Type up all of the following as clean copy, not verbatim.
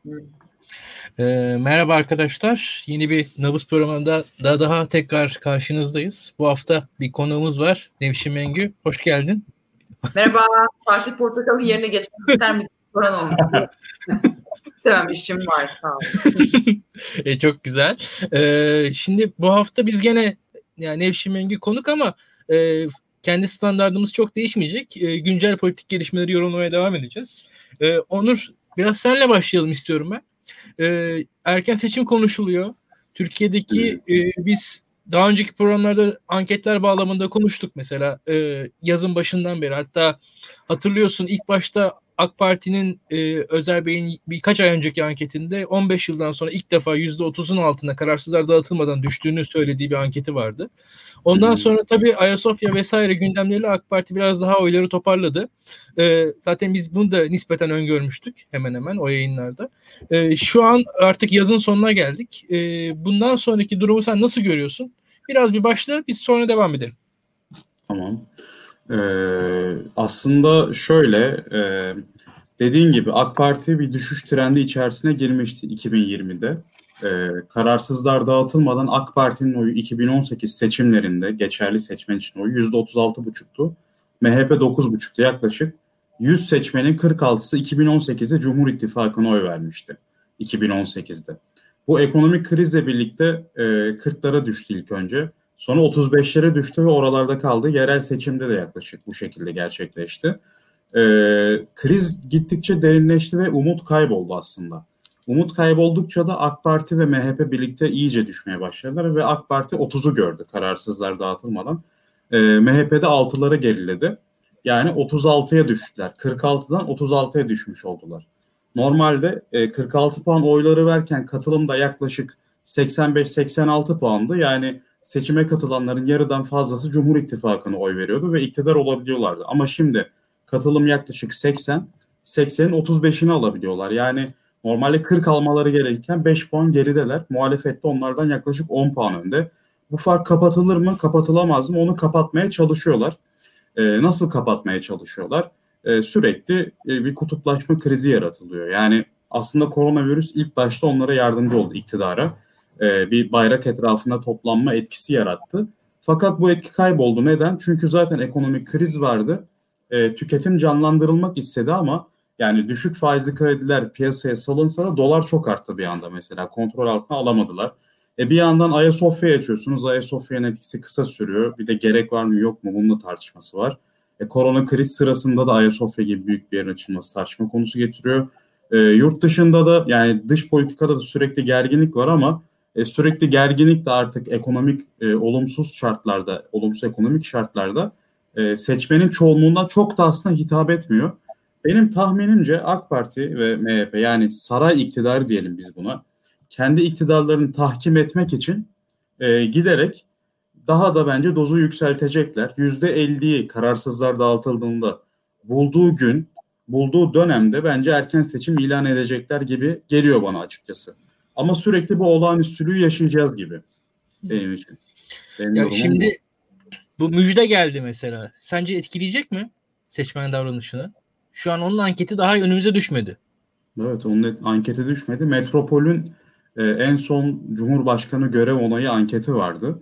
Merhaba arkadaşlar. Yeni bir Nabız programında daha tekrar karşınızdayız. Bu hafta bir konuğumuz var. Nevşin Mengü. Hoş geldin. Merhaba. Fatih Portakal'ın yerine geçmek ister miydin? Soran olmuş. Tamam, işim var. Sağ olun. Çok güzel. Şimdi bu hafta biz gene yani Nevşin Mengü konuk ama kendi standardımız çok değişmeyecek. Güncel politik gelişmeleri yorumlamaya devam edeceğiz. Onur, biraz senle başlayalım istiyorum ben. Erken seçim konuşuluyor. Türkiye'deki biz daha önceki programlarda anketler bağlamında konuştuk mesela yazın başından beri. Hatta hatırlıyorsun ilk başta AK Parti'nin Özer Bey'in birkaç ay önceki anketinde 15 yıldan sonra ilk defa %30'un altına kararsızlar dağıtılmadan düştüğünü söylediği bir anketi vardı. Ondan sonra tabii Ayasofya vesaire gündemleriyle AK Parti biraz daha oyları toparladı. Zaten biz bunu da nispeten öngörmüştük hemen hemen o yayınlarda. Şu an artık yazın sonuna geldik. Bundan sonraki durumu sen nasıl görüyorsun? Biraz bir başla, biz sonra devam edelim. Tamam. Aslında şöyle, dediğin gibi AK Parti bir düşüş trendi içerisine girmişti 2020'de. Kararsızlar dağıtılmadan AK Parti'nin oyu 2018 seçimlerinde geçerli seçmen için oyu %36,5'tu. MHP 9,5'tu. Yaklaşık 100 seçmenin 46'sı 2018'de Cumhur İttifakı'na oy vermişti 2018'de. Bu ekonomik krizle birlikte 40'lara düştü ilk önce. Sonra 35'lere düştü ve oralarda kaldı. Yerel seçimde de yaklaşık bu şekilde gerçekleşti. Kriz gittikçe derinleşti ve umut kayboldu aslında. Umut kayboldukça da AK Parti ve MHP birlikte iyice düşmeye başladılar ve AK Parti 30'u gördü kararsızlar dağıtılmadan. MHP'de 6'lara geriledi. Yani 36'ya düştüler. 46'dan 36'ya düşmüş oldular. Normalde 46 puan oyları verken katılım da yaklaşık 85-86 puandı. Yani seçime katılanların yarıdan fazlası Cumhur İttifakı'na oy veriyordu ve iktidar olabiliyorlardı. Ama şimdi katılım yaklaşık 80, 80'in 35'ini alabiliyorlar. Yani normalde 40 almaları gerekirken 5 puan gerideler. Muhalefette onlardan yaklaşık 10 puan önde. Bu fark kapatılır mı, kapatılamaz mı? Onu kapatmaya çalışıyorlar. Nasıl kapatmaya çalışıyorlar? Sürekli bir kutuplaşma krizi yaratılıyor. Yani aslında koronavirüs ilk başta onlara yardımcı oldu, iktidara. Bir bayrak etrafında toplanma etkisi yarattı. Fakat bu etki kayboldu. Neden? Çünkü zaten ekonomik kriz vardı. Tüketim canlandırılmak istedi ama yani düşük faizli krediler piyasaya salınsa da dolar çok arttı bir anda mesela. Kontrol altına alamadılar. Bir yandan Ayasofya'yı açıyorsunuz. Ayasofya'nın etkisi kısa sürüyor. Bir de gerek var mı yok mu bunun da tartışması var. Korona kriz sırasında da Ayasofya gibi büyük bir yerin açılması tartışma konusu getiriyor. Yurt dışında da yani dış politikada da sürekli gerginlik var ama sürekli gerginlik de artık ekonomik olumsuz şartlarda, olumsuz ekonomik şartlarda seçmenin çoğunluğundan çok da aslında hitap etmiyor. Benim tahminimce AK Parti ve MHP yani saray iktidarı diyelim biz buna, kendi iktidarlarını tahkim etmek için giderek daha da bence dozu yükseltecekler. %50'yi kararsızlar dağıtıldığında bulduğu gün, bulduğu dönemde bence erken seçim ilan edecekler gibi geliyor bana açıkçası. Ama sürekli bu olağanüstülüğü yaşayacağız gibi benim için. Benim ya şimdi bu müjde geldi mesela. Sence etkileyecek mi seçmen davranışını? Şu an onun anketi daha önümüze düşmedi. Evet, onun anketi düşmedi. Metropol'ün en son Cumhurbaşkanı görev onayı anketi vardı.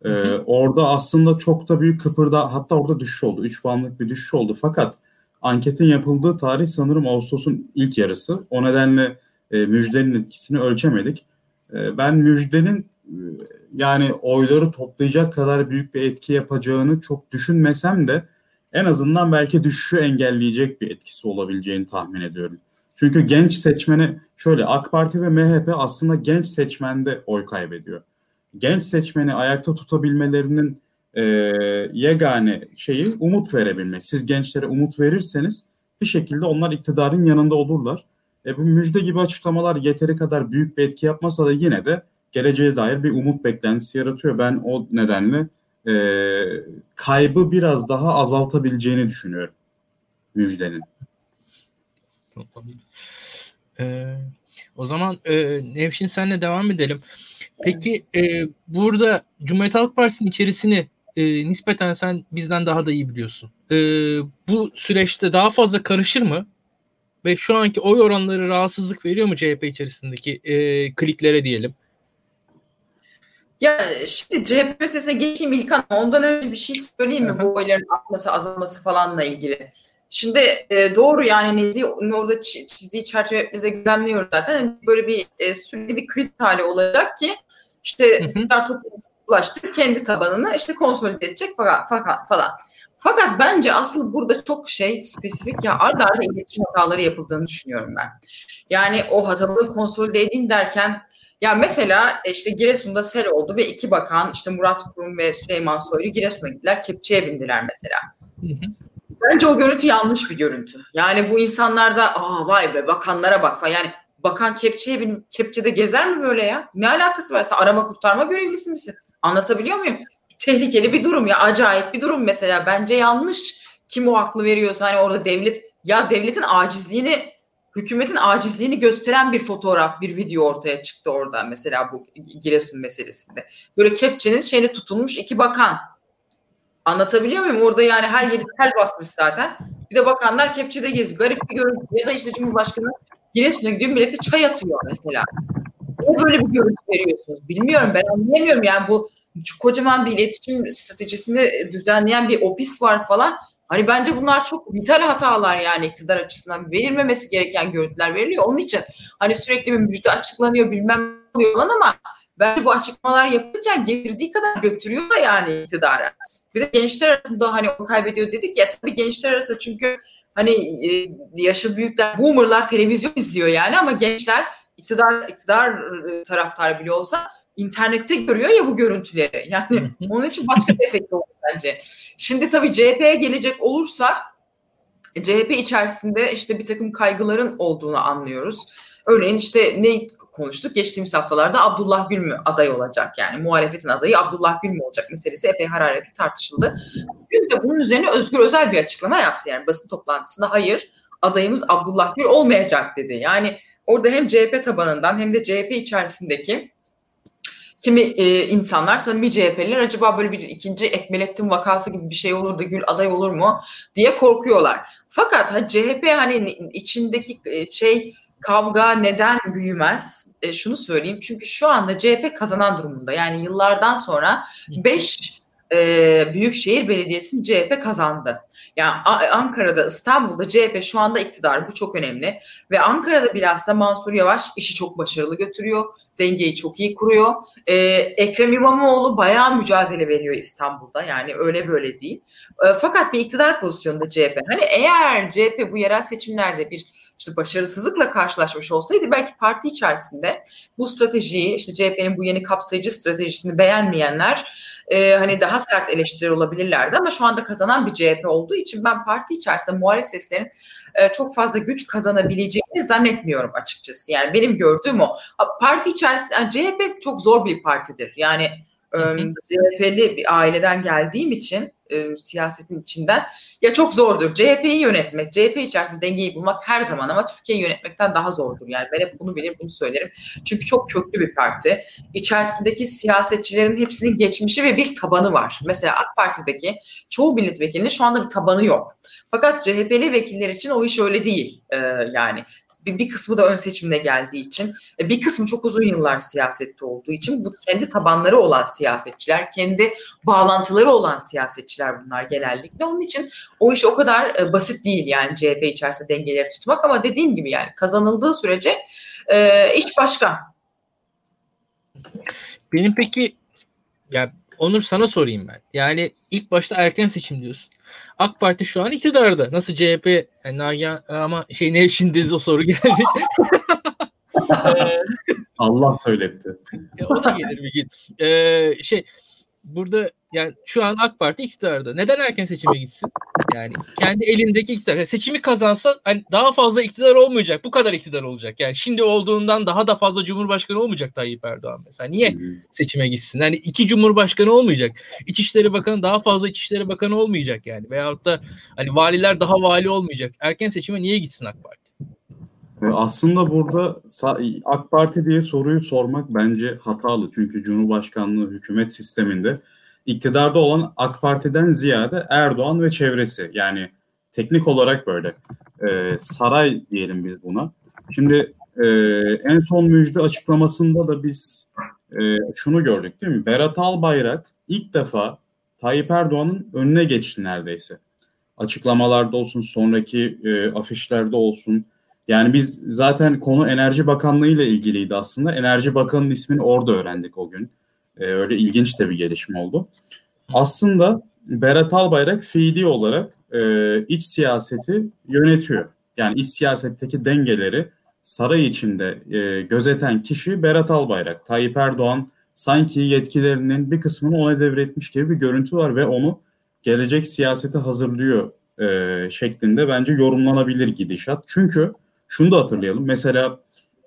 Orada aslında çok da büyük hatta orada düşüş oldu. 3 puanlık bir düşüş oldu. Fakat anketin yapıldığı tarih sanırım Ağustos'un ilk yarısı. O nedenle Müjde'nin etkisini ölçemedik. Ben Müjde'nin yani oyları toplayacak kadar büyük bir etki yapacağını çok düşünmesem de en azından belki düşüşü engelleyecek bir etkisi olabileceğini tahmin ediyorum. Çünkü genç seçmene şöyle AK Parti ve MHP aslında genç seçmende oy kaybediyor. Genç seçmeni ayakta tutabilmelerinin yegane şeyi umut verebilmek. Siz gençlere umut verirseniz bir şekilde onlar iktidarın yanında olurlar. Bu müjde gibi açıklamalar yeteri kadar büyük bir etki yapmasa da yine de geleceğe dair bir umut beklentisi yaratıyor. Ben o nedenle kaybı biraz daha azaltabileceğini düşünüyorum Müjde'nin. O zaman Nevşin senle devam edelim. Peki burada Cumhuriyet Halk Partisi'nin içerisini nispeten sen bizden daha da iyi biliyorsun. Bu süreçte daha fazla karışır mı? ve şu anki oy oranları rahatsızlık veriyor mu CHP içerisindeki kliklere diyelim? Ya şimdi CHP meselesine geçeyim İlkan. Ondan önce bir şey söyleyeyim mi? Aha. Bu oyların artması, azalması falanla ilgili. Şimdi doğru yani Nezih'in orada çizdiği çerçeve bize gözlemliyoruz zaten. Böyle bir sürekli bir kriz hali olacak ki işte iktidar topluma ulaştırıp kendi tabanını işte konsolide edecek falan. Fakat bence asıl burada çok spesifik ya arda arda iletişim hataları yapıldığını düşünüyorum ben. Yani o tabanı konsolide edeyim derken ya mesela işte Giresun'da sel oldu ve 2 bakan işte Murat Kurum ve Süleyman Soylu Giresun'a gittiler, kepçeye bindiler mesela. Bence o görüntü yanlış bir görüntü. Yani bu insanlar da vay be bakanlara bak falan. Yani bakan kepçede gezer mi böyle ya? Ne alakası var? Sen arama kurtarma görevlisi misin? Anlatabiliyor muyum? Tehlikeli bir durum ya. Acayip bir durum mesela. Bence yanlış. Kim o aklı veriyorsa hani orada devletin acizliğini, hükümetin acizliğini gösteren bir fotoğraf, bir video ortaya çıktı orada mesela bu Giresun meselesinde. Böyle kepçenin şeyine tutulmuş 2 bakan. Anlatabiliyor muyum? Orada yani her yeri tel basmış zaten. Bir de bakanlar kepçede geziyor. Garip bir görüntü. Ya da işte Cumhurbaşkanı Giresun'a gidiyor, millete çay atıyor mesela. Niye böyle bir görüntü veriyorsunuz? Bilmiyorum, ben anlayamıyorum. Yani bu kocaman bir iletişim stratejisini düzenleyen bir ofis var falan. Hani bence bunlar çok vital hatalar yani iktidar açısından. Verilmemesi gereken görüntüler veriliyor. Onun için hani sürekli bir müjde açıklanıyor bilmem ne oluyor falan ama bence bu açıklamalar yapılırken getirdiği kadar götürüyor da yani iktidara. Bir de gençler arasında hani o kaybediyor dedik ya, tabii gençler arasında çünkü hani yaşı büyükler, boomerlar televizyon izliyor yani ama gençler iktidar taraftarı bile olsa internette görüyor ya bu görüntüleri. Yani onun için başka bir efekt oldu bence. Şimdi tabii CHP'ye gelecek olursak CHP içerisinde işte bir takım kaygıların olduğunu anlıyoruz. Örneğin işte ne konuştuk? Geçtiğimiz haftalarda Abdullah Gül mü aday olacak? Yani muhalefetin adayı Abdullah Gül mü olacak meselesi epey hararetli tartışıldı. Bugün de bunun üzerine Özgür Özel bir açıklama yaptı. Yani basın toplantısında hayır adayımız Abdullah Gül olmayacak dedi. Yani orada hem CHP tabanından hem de CHP içerisindeki kimi insanlar, samimi CHP'liler acaba böyle bir ikinci Ekmelettin vakası gibi bir şey olur da Gül aday olur mu diye korkuyorlar. Fakat CHP hani içindeki kavga neden büyümez? Şunu söyleyeyim. Çünkü şu anda CHP kazanan durumunda. Yani yıllardan sonra 5 Büyükşehir Belediyesi'ni CHP kazandı. Yani Ankara'da, İstanbul'da CHP şu anda iktidar. Bu çok önemli. Ve Ankara'da bilhassa Mansur Yavaş işi çok başarılı götürüyor. Dengeyi çok iyi kuruyor. Ekrem İmamoğlu bayağı mücadele veriyor İstanbul'da. Yani öyle böyle değil. Fakat bir iktidar pozisyonunda CHP. Hani eğer CHP bu yerel seçimlerde bir işte başarısızlıkla karşılaşmış olsaydı belki parti içerisinde bu stratejiyi, işte CHP'nin bu yeni kapsayıcı stratejisini beğenmeyenler hani daha sert eleştiri olabilirlerdi ama şu anda kazanan bir CHP olduğu için ben parti içerisinde muhalif seslerin çok fazla güç kazanabileceğini zannetmiyorum açıkçası. Yani benim gördüğüm o. Parti içerisinde yani CHP çok zor bir partidir. Yani CHP'li bir aileden geldiğim için siyasetin içinden ya çok zordur. CHP'yi yönetmek, CHP içerisinde dengeyi bulmak her zaman ama Türkiye'yi yönetmekten daha zordur. Yani ben hep bunu bilir, bunu söylerim. Çünkü çok köklü bir parti. İçerisindeki siyasetçilerin hepsinin geçmişi ve bir tabanı var. Mesela AK Parti'deki çoğu milletvekilinin şu anda bir tabanı yok. Fakat CHP'li vekiller için o iş öyle değil. Yani bir kısmı da ön seçimle geldiği için, bir kısmı çok uzun yıllar siyasette olduğu için bu kendi tabanları olan siyasetçiler, kendi bağlantıları olan siyasetçiler bunlar genellikle. Onun için o iş o kadar basit değil yani CHP içerisinde dengeleri tutmak ama dediğim gibi yani kazanıldığı sürece iş başka. Benim peki ya Onur sana sorayım ben. Yani ilk başta erken seçim diyorsun. AK Parti şu an iktidarda. Nasıl CHP yani ama Nevşin'de o soru gelmiş. Allah söyletti. O da gelir bir gün. Burada yani şu an AK Parti iktidarda. Neden erken seçime gitsin? Yani kendi elindeki iktidar. Yani seçimi kazansa hani daha fazla iktidar olmayacak. Bu kadar iktidar olacak. Yani şimdi olduğundan daha da fazla Cumhurbaşkanı olmayacak Tayyip Erdoğan mesela. Niye seçime gitsin? Hani 2 Cumhurbaşkanı olmayacak. İçişleri Bakanı daha fazla İçişleri Bakanı olmayacak yani. Veyahut da hani valiler daha vali olmayacak. Erken seçime niye gitsin AK Parti? Aslında burada AK Parti diye soruyu sormak bence hatalı. Çünkü Cumhurbaşkanlığı hükümet sisteminde iktidarda olan AK Parti'den ziyade Erdoğan ve çevresi. Yani teknik olarak böyle. Saray diyelim biz buna. Şimdi en son müjde açıklamasında da biz şunu gördük değil mi? Berat Albayrak ilk defa Tayyip Erdoğan'ın önüne geçti neredeyse. Açıklamalarda olsun, sonraki afişlerde olsun. Yani biz zaten konu Enerji Bakanlığı ile ilgiliydi aslında. Enerji Bakanı'nın ismini orada öğrendik o gün. Öyle ilginç de bir gelişme oldu. Aslında Berat Albayrak fiili olarak iç siyaseti yönetiyor. Yani iç siyasetteki dengeleri saray içinde gözeten kişi Berat Albayrak. Tayyip Erdoğan sanki yetkilerinin bir kısmını ona devretmiş gibi bir görüntü var ve onu gelecek siyasete hazırlıyor şeklinde bence yorumlanabilir gidişat. Çünkü şunu da hatırlayalım. Mesela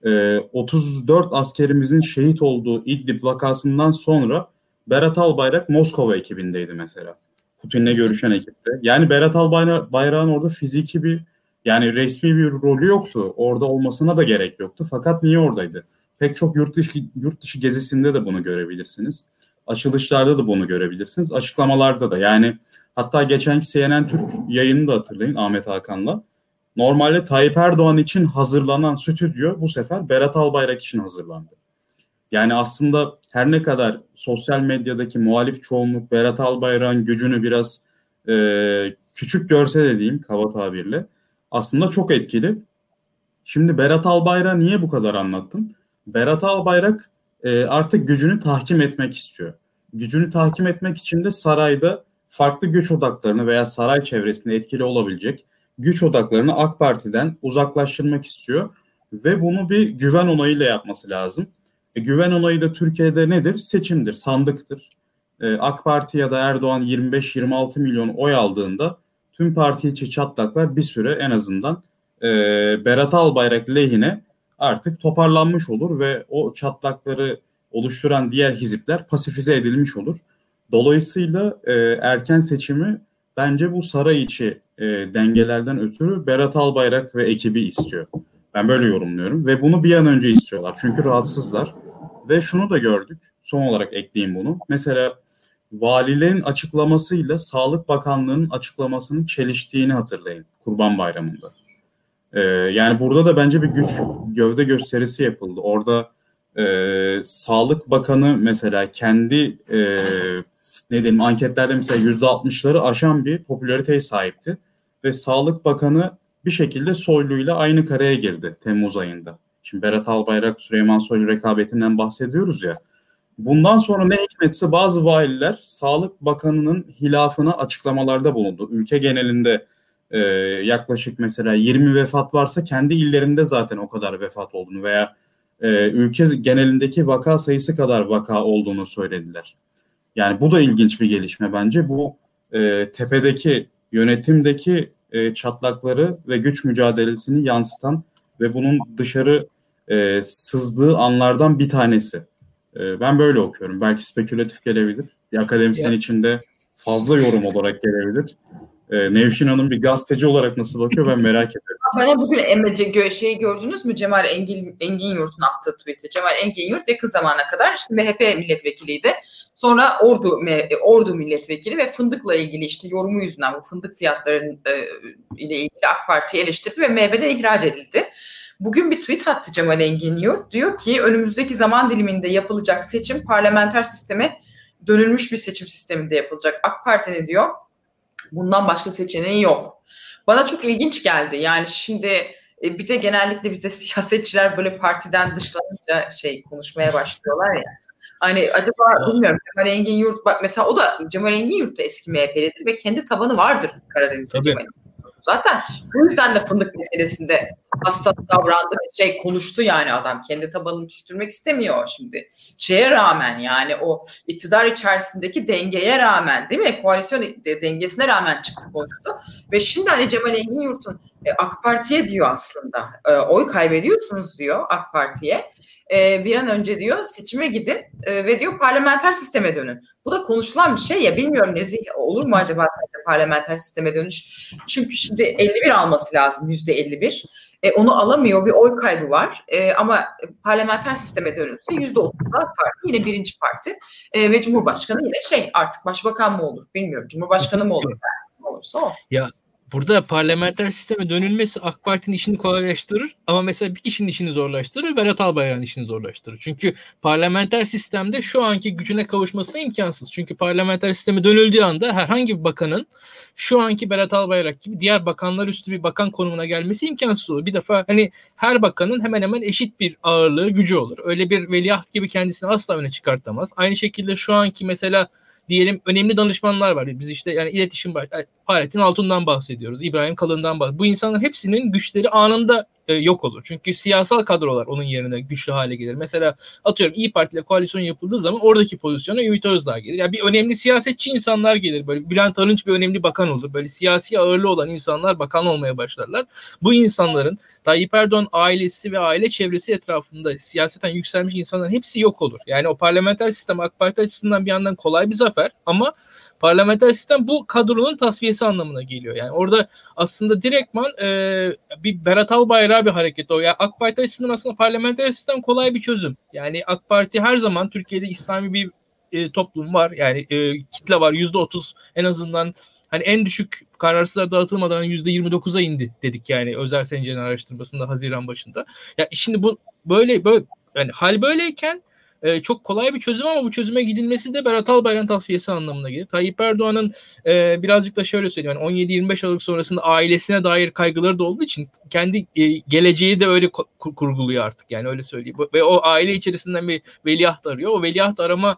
34 askerimizin şehit olduğu İdlib vakasından sonra Berat Albayrak Moskova ekibindeydi mesela. Putin'le görüşen ekipte. Yani Berat Albayrak'ın orada fiziki bir, yani resmi bir rolü yoktu. Orada olmasına da gerek yoktu. Fakat niye oradaydı? Pek çok yurt dışı gezisinde de bunu görebilirsiniz. Açılışlarda da bunu görebilirsiniz. Açıklamalarda da. Yani hatta geçenki CNN Türk yayını da hatırlayın Ahmet Hakan'la. Normalde Tayyip Erdoğan için hazırlanan stüdyo bu sefer Berat Albayrak için hazırlandı. Yani aslında her ne kadar sosyal medyadaki muhalif çoğunluk Berat Albayrak'ın gücünü biraz küçük görse de diyeyim kaba tabirle, aslında çok etkili. Şimdi Berat Albayrak'ı niye bu kadar anlattım? Berat Albayrak artık gücünü tahkim etmek istiyor. Gücünü tahkim etmek için de sarayda farklı güç odaklarını veya saray çevresinde etkili olabilecek güç odaklarını AK Parti'den uzaklaştırmak istiyor. Ve bunu bir güven onayıyla yapması lazım. Güven onayı da Türkiye'de nedir? Seçimdir, sandıktır. AK Parti ya da Erdoğan 25-26 milyon oy aldığında tüm parti içi çatlaklar bir süre en azından Berat Albayrak lehine artık toparlanmış olur ve o çatlakları oluşturan diğer hizipler pasifize edilmiş olur. Dolayısıyla erken seçimi bence bu saray içi dengelerden ötürü Berat Albayrak ve ekibi istiyor. Ben böyle yorumluyorum ve bunu bir an önce istiyorlar. Çünkü rahatsızlar. Ve şunu da gördük. Son olarak ekleyeyim bunu. Mesela valilerin açıklamasıyla Sağlık Bakanlığı'nın açıklamasının çeliştiğini hatırlayın Kurban Bayramı'nda. Yani burada da bence bir güç gövde gösterisi yapıldı. Orada Sağlık Bakanı mesela kendi ne diyelim anketlerde mesela %60'ları aşan bir popülariteye sahipti. Ve Sağlık Bakanı bir şekilde Soylu'yla aynı kareye girdi Temmuz ayında. Şimdi Berat Albayrak, Süleyman Soylu rekabetinden bahsediyoruz ya. Bundan sonra ne hikmetse bazı valiler Sağlık Bakanı'nın hilafına açıklamalarda bulundu. Ülke genelinde yaklaşık mesela 20 vefat varsa kendi illerinde zaten o kadar vefat olduğunu veya ülke genelindeki vaka sayısı kadar vaka olduğunu söylediler. Yani bu da ilginç bir gelişme bence. Bu tepedeki, yönetimdeki çatlakları ve güç mücadelesini yansıtan ve bunun dışarı sızdığı anlardan bir tanesi. Ben böyle okuyorum. Belki spekülatif gelebilir. Bir akademisyen için de fazla yorum olarak gelebilir. Nevşin Hanım bir gazeteci olarak nasıl bakıyor ben merak ediyorum. Bana bugün şeyi gördünüz mü? Cemal Engin Yurt'un attığı tweet'te. Cemal Engin Yurt yakın zamana kadar işte MHP milletvekiliydi. Sonra Ordu milletvekili ve fındıkla ilgili işte yorumu yüzünden bu fındık fiyatlarının ile ilgili AK Parti'yi eleştirdi ve MHP'den ihraç edildi. Bugün bir tweet attı Cemal Engin Yurt. Diyor ki önümüzdeki zaman diliminde yapılacak seçim parlamenter sisteme dönülmüş bir seçim sisteminde yapılacak. AK Parti'nin diyor bundan başka seçeneği yok. Bana çok ilginç geldi. Yani şimdi bir de genellikle bizde siyasetçiler böyle partiden dışlanınca konuşmaya başlıyorlar ya. Hani acaba bilmiyorum Cemal Engin Yurt bak mesela o da Cemal Engin Yurt da eski MHP'lidir ve kendi tabanı vardır Karadeniz'de Cemal Engin Yurt. Zaten bu yüzden de fındık meselesinde hassas davrandı konuştu yani adam. Kendi tabanını küstürmek istemiyor şimdi. Şeye rağmen yani o iktidar içerisindeki dengeye rağmen değil mi? Koalisyon dengesine rağmen çıktı konuştu. Ve şimdi hani Cemal Engin Yurt'un AK Parti'ye diyor aslında oy kaybediyorsunuz diyor AK Parti'ye. Bir an önce diyor seçime gidin ve diyor parlamenter sisteme dönün. Bu da konuşulan bir şey ya bilmiyorum Nezih olur mu acaba parlamenter sisteme dönüş? Çünkü şimdi 51 alması lazım %51. Onu alamıyor bir oy kaybı var ama parlamenter sisteme dönülse %30'da parti yine birinci parti ve Cumhurbaşkanı yine artık başbakan mı olur bilmiyorum Cumhurbaşkanı mı olur olursa o. Ya Burada parlamenter sisteme dönülmesi AK Parti'nin işini kolaylaştırır ama mesela bir kişinin işini zorlaştırır, Berat Albayrak'ın işini zorlaştırır. Çünkü parlamenter sistemde şu anki gücüne kavuşması imkansız. Çünkü parlamenter sisteme dönüldüğü anda herhangi bir bakanın şu anki Berat Albayrak gibi diğer bakanlar üstü bir bakan konumuna gelmesi imkansız olur. Bir defa hani her bakanın hemen hemen eşit bir ağırlığı, gücü olur. Öyle bir veliaht gibi kendisini asla öne çıkartamaz. Aynı şekilde şu anki mesela diyelim önemli danışmanlar var. Biz işte yani iletişim Fahrettin Altun'dan bahsediyoruz. İbrahim Kalın'dan bahsediyoruz. Bu insanların hepsinin güçleri anında yok olur. Çünkü siyasal kadrolar onun yerine güçlü hale gelir. Mesela atıyorum İYİ Parti ile koalisyon yapıldığı zaman oradaki pozisyona Ümit Özdağ gelir. Yani bir önemli siyasetçi insanlar gelir. Böyle Bülent Arınç bir önemli bakan olur. Böyle siyasi ağırlığı olan insanlar bakan olmaya başlarlar. Bu insanların Tayyip Erdoğan ailesi ve aile çevresi etrafında siyaseten yükselmiş insanların hepsi yok olur. Yani o parlamenter sistem AK Parti açısından bir yandan kolay bir zafer ama parlamenter sistem bu kadronun tasfiyesi anlamına geliyor. Yani orada aslında direktman bir Berat Albayrak'a bir hareket o. Yani AK Parti açısından aslında parlamenter sistem kolay bir çözüm. Yani AK Parti her zaman Türkiye'de İslami bir toplum var. Yani kitle var. %30 en azından hani en düşük kararsızlar dağıtılmadan %29'a indi dedik yani Özel Sence'nin araştırmasında Haziran başında. Ya şimdi bu böyle yani hal böyleyken çok kolay bir çözüm ama bu çözüme gidilmesi de Berat Albayrak'ın tasfiyesi anlamına gelir. Tayyip Erdoğan'ın birazcık da şöyle söyleyeyim. Yani 17-25 Aralık sonrasında ailesine dair kaygıları da olduğu için kendi geleceği de öyle kurguluyor artık. Yani öyle söyleyeyim. Ve o aile içerisinden bir veliaht arıyor. O veliaht arama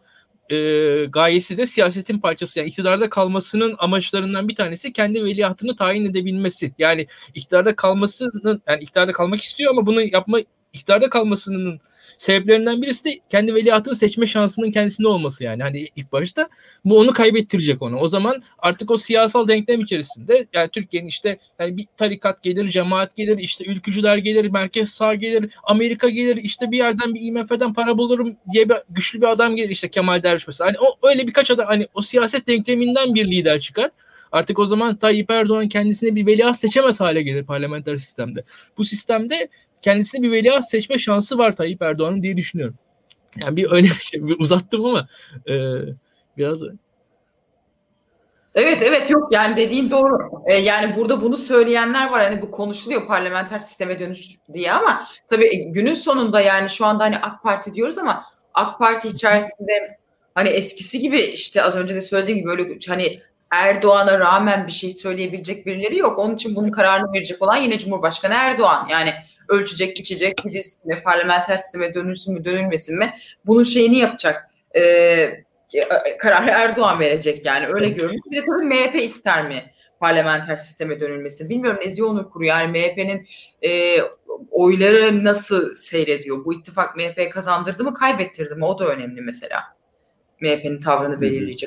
gayesi de siyasetin parçası. Yani iktidarda kalmasının amaçlarından bir tanesi kendi veliahtını tayin edebilmesi. Yani iktidarda kalmasının yani iktidarda kalmak istiyor ama bunu iktidarda kalmasının sebeplerinden birisi de kendi veliahtını seçme şansının kendisinde olması yani. Hani ilk başta bu onu kaybettirecek onu. O zaman artık o siyasal denklem içerisinde yani Türkiye'nin işte yani bir tarikat gelir, cemaat gelir, işte ülkücüler gelir, merkez sağ gelir, Amerika gelir, işte bir yerden bir IMF'den para bulurum diye bir güçlü bir adam gelir işte Kemal Derviş mesela. Hani o öyle birkaç adam hani o siyaset denkleminden bir lider çıkar. Artık o zaman Tayyip Erdoğan kendisine bir veliaht seçemez hale gelir parlamenter sistemde. Bu sistemde kendisine bir veliaht seçme şansı var Tayyip Erdoğan'ın diye düşünüyorum. Yani bir öyle bir şey bir uzattım ama biraz öyle. Evet yok yani dediğin doğru. Yani burada bunu söyleyenler var hani bu konuşuluyor parlamenter sisteme dönüş diye ama tabii günün sonunda yani şu anda hani AK Parti diyoruz ama AK Parti içerisinde hani eskisi gibi işte az önce de söylediğim gibi böyle hani Erdoğan'a rağmen bir şey söyleyebilecek birileri yok. Onun için bunun kararını verecek olan yine Cumhurbaşkanı Erdoğan. Yani ölçecek, biçecek, gidilsin mi, parlamenter sisteme dönülsün mü, dönülmesin mi? Bunun şeyini yapacak. Kararı Erdoğan verecek yani öyle görünüyor. Bir de tabii MHP ister mi parlamenter sisteme dönülmesi? Bilmiyorum Nezih Onurkuru yani MHP'nin oyları nasıl seyrediyor? Bu ittifak MHP'ye kazandırdı mı kaybettirdi mi? O da önemli mesela. MHP'nin tavrını belirleyecek.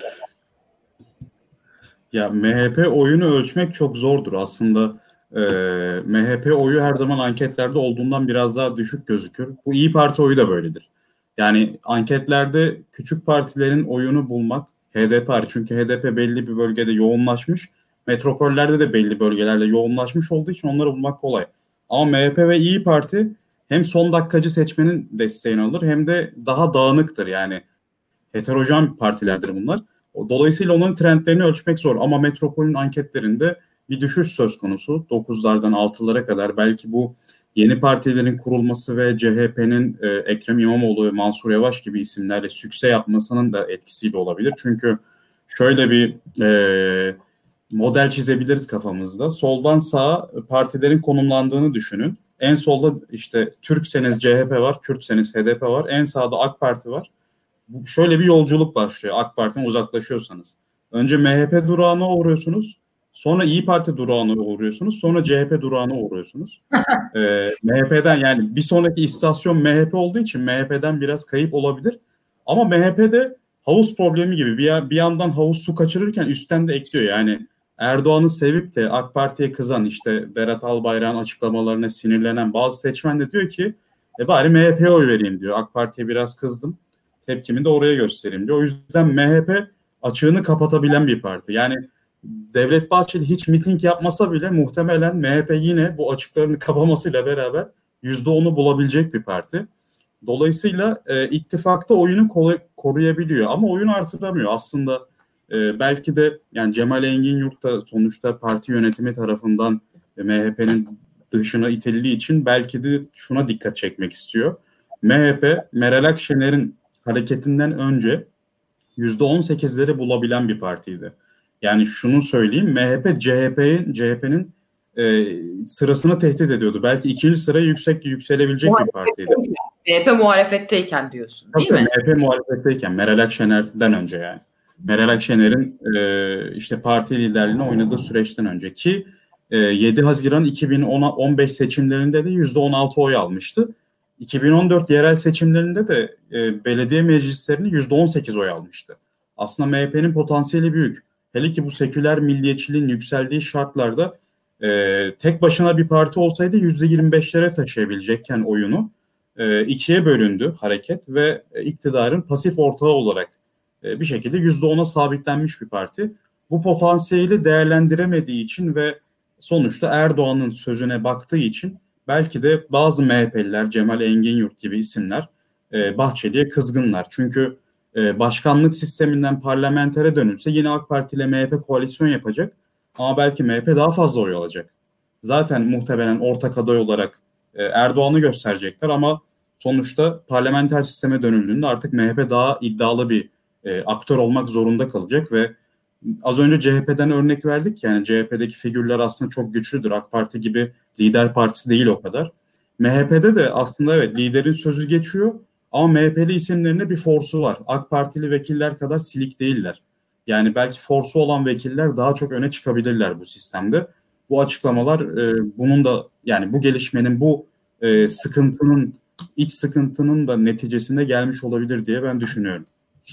Ya MHP oyunu ölçmek çok zordur aslında. MHP oyu her zaman anketlerde olduğundan biraz daha düşük gözükür. Bu İYİ Parti oyu da böyledir. Yani anketlerde küçük partilerin oyunu bulmak HDP hariç çünkü HDP belli bir bölgede yoğunlaşmış. Metropollerde de belli bölgelerde yoğunlaşmış olduğu için onları bulmak kolay. Ama MHP ve İYİ Parti hem son dakikacı seçmenin desteğini alır hem de daha dağınıktır. Yani heterojen partilerdir bunlar. Dolayısıyla onların trendlerini ölçmek zor. Ama Metropol'ün anketlerinde bir düşüş söz konusu. 9'lardan 6'lara kadar belki bu yeni partilerin kurulması ve CHP'nin Ekrem İmamoğlu ve Mansur Yavaş gibi isimlerle sükse yapmasının da etkisiyle olabilir. Çünkü şöyle bir model çizebiliriz kafamızda. Soldan sağa partilerin konumlandığını düşünün. En solda işte Türkseniz CHP var, Kürtseniz HDP var. En sağda AK Parti var. Şöyle bir yolculuk başlıyor AK Parti'den uzaklaşıyorsanız. Önce MHP durağına uğruyorsunuz. Sonra İYİ Parti durağına uğruyorsunuz. Sonra CHP durağına uğruyorsunuz. MHP'den yani bir sonraki istasyon MHP olduğu için MHP'den biraz kayıp olabilir. Ama MHP'de havuz problemi gibi bir yandan havuz su kaçırırken üstten de ekliyor. Yani Erdoğan'ı sevip de AK Parti'ye kızan işte Berat Albayrak'ın açıklamalarına sinirlenen bazı seçmen de diyor ki bari MHP'ye oy vereyim diyor. AK Parti'ye biraz kızdım. Tepkimi de oraya göstereyim diyor. O yüzden MHP açığını kapatabilen bir parti. Yani Devlet Bahçeli hiç miting yapmasa bile muhtemelen MHP yine bu açıklarını kapamasıyla beraber %10'u bulabilecek bir parti. Dolayısıyla ittifakta oyunu koruyabiliyor ama oyunu artıramıyor. Aslında Belki de yani Cemal Engin Yurt da sonuçta parti yönetimi tarafından MHP'nin dışına itildiği için belki de şuna dikkat çekmek istiyor. MHP, Meral Akşener'in hareketinden önce %18'leri bulabilen bir partiydi. Yani şunu söyleyeyim, MHP CHP'nin sırasını tehdit ediyordu. Belki ikinci sıraya yükselebilecek bir partiydi. MHP muhalefetteyken diyorsun değil mi? MHP muhalefetteyken, Meral Akşener'den önce yani. Meral Akşener'in işte parti liderliğine oynadığı süreçten önce ki 7 Haziran 2015 seçimlerinde de %16 oy almıştı. 2014 yerel seçimlerinde de belediye meclislerinde %18 oy almıştı. Aslında MHP'nin potansiyeli büyük. Hele ki bu seküler milliyetçiliğin yükseldiği şartlarda tek başına bir parti olsaydı %25'lere taşıyabilecekken oyunu ikiye bölündü hareket ve iktidarın pasif ortağı olarak bir şekilde %10'a sabitlenmiş bir parti. Bu potansiyeli değerlendiremediği için ve sonuçta Erdoğan'ın sözüne baktığı için belki de bazı MHP'liler, Cemal Engin Yurt gibi isimler Bahçeli'ye kızgınlar. Çünkü başkanlık sisteminden parlamentere dönülse yine AK Parti ile MHP koalisyon yapacak ama belki MHP daha fazla oy alacak. Zaten muhtemelen ortak aday olarak Erdoğan'ı gösterecekler ama sonuçta parlamenter sisteme dönüldüğünde artık MHP daha iddialı bir aktör olmak zorunda kalacak ve az önce CHP'den örnek verdik. Yani CHP'deki figürler aslında çok güçlüdür. AK Parti gibi lider partisi değil o kadar. MHP'de de aslında evet liderin sözü geçiyor ama MHP'li isimlerinde bir forsu var. AK Partili vekiller kadar silik değiller. Yani belki forsu olan vekiller daha çok öne çıkabilirler bu sistemde. Bu açıklamalar bunun da yani bu gelişmenin bu sıkıntının iç sıkıntının da neticesinde gelmiş olabilir diye ben düşünüyorum.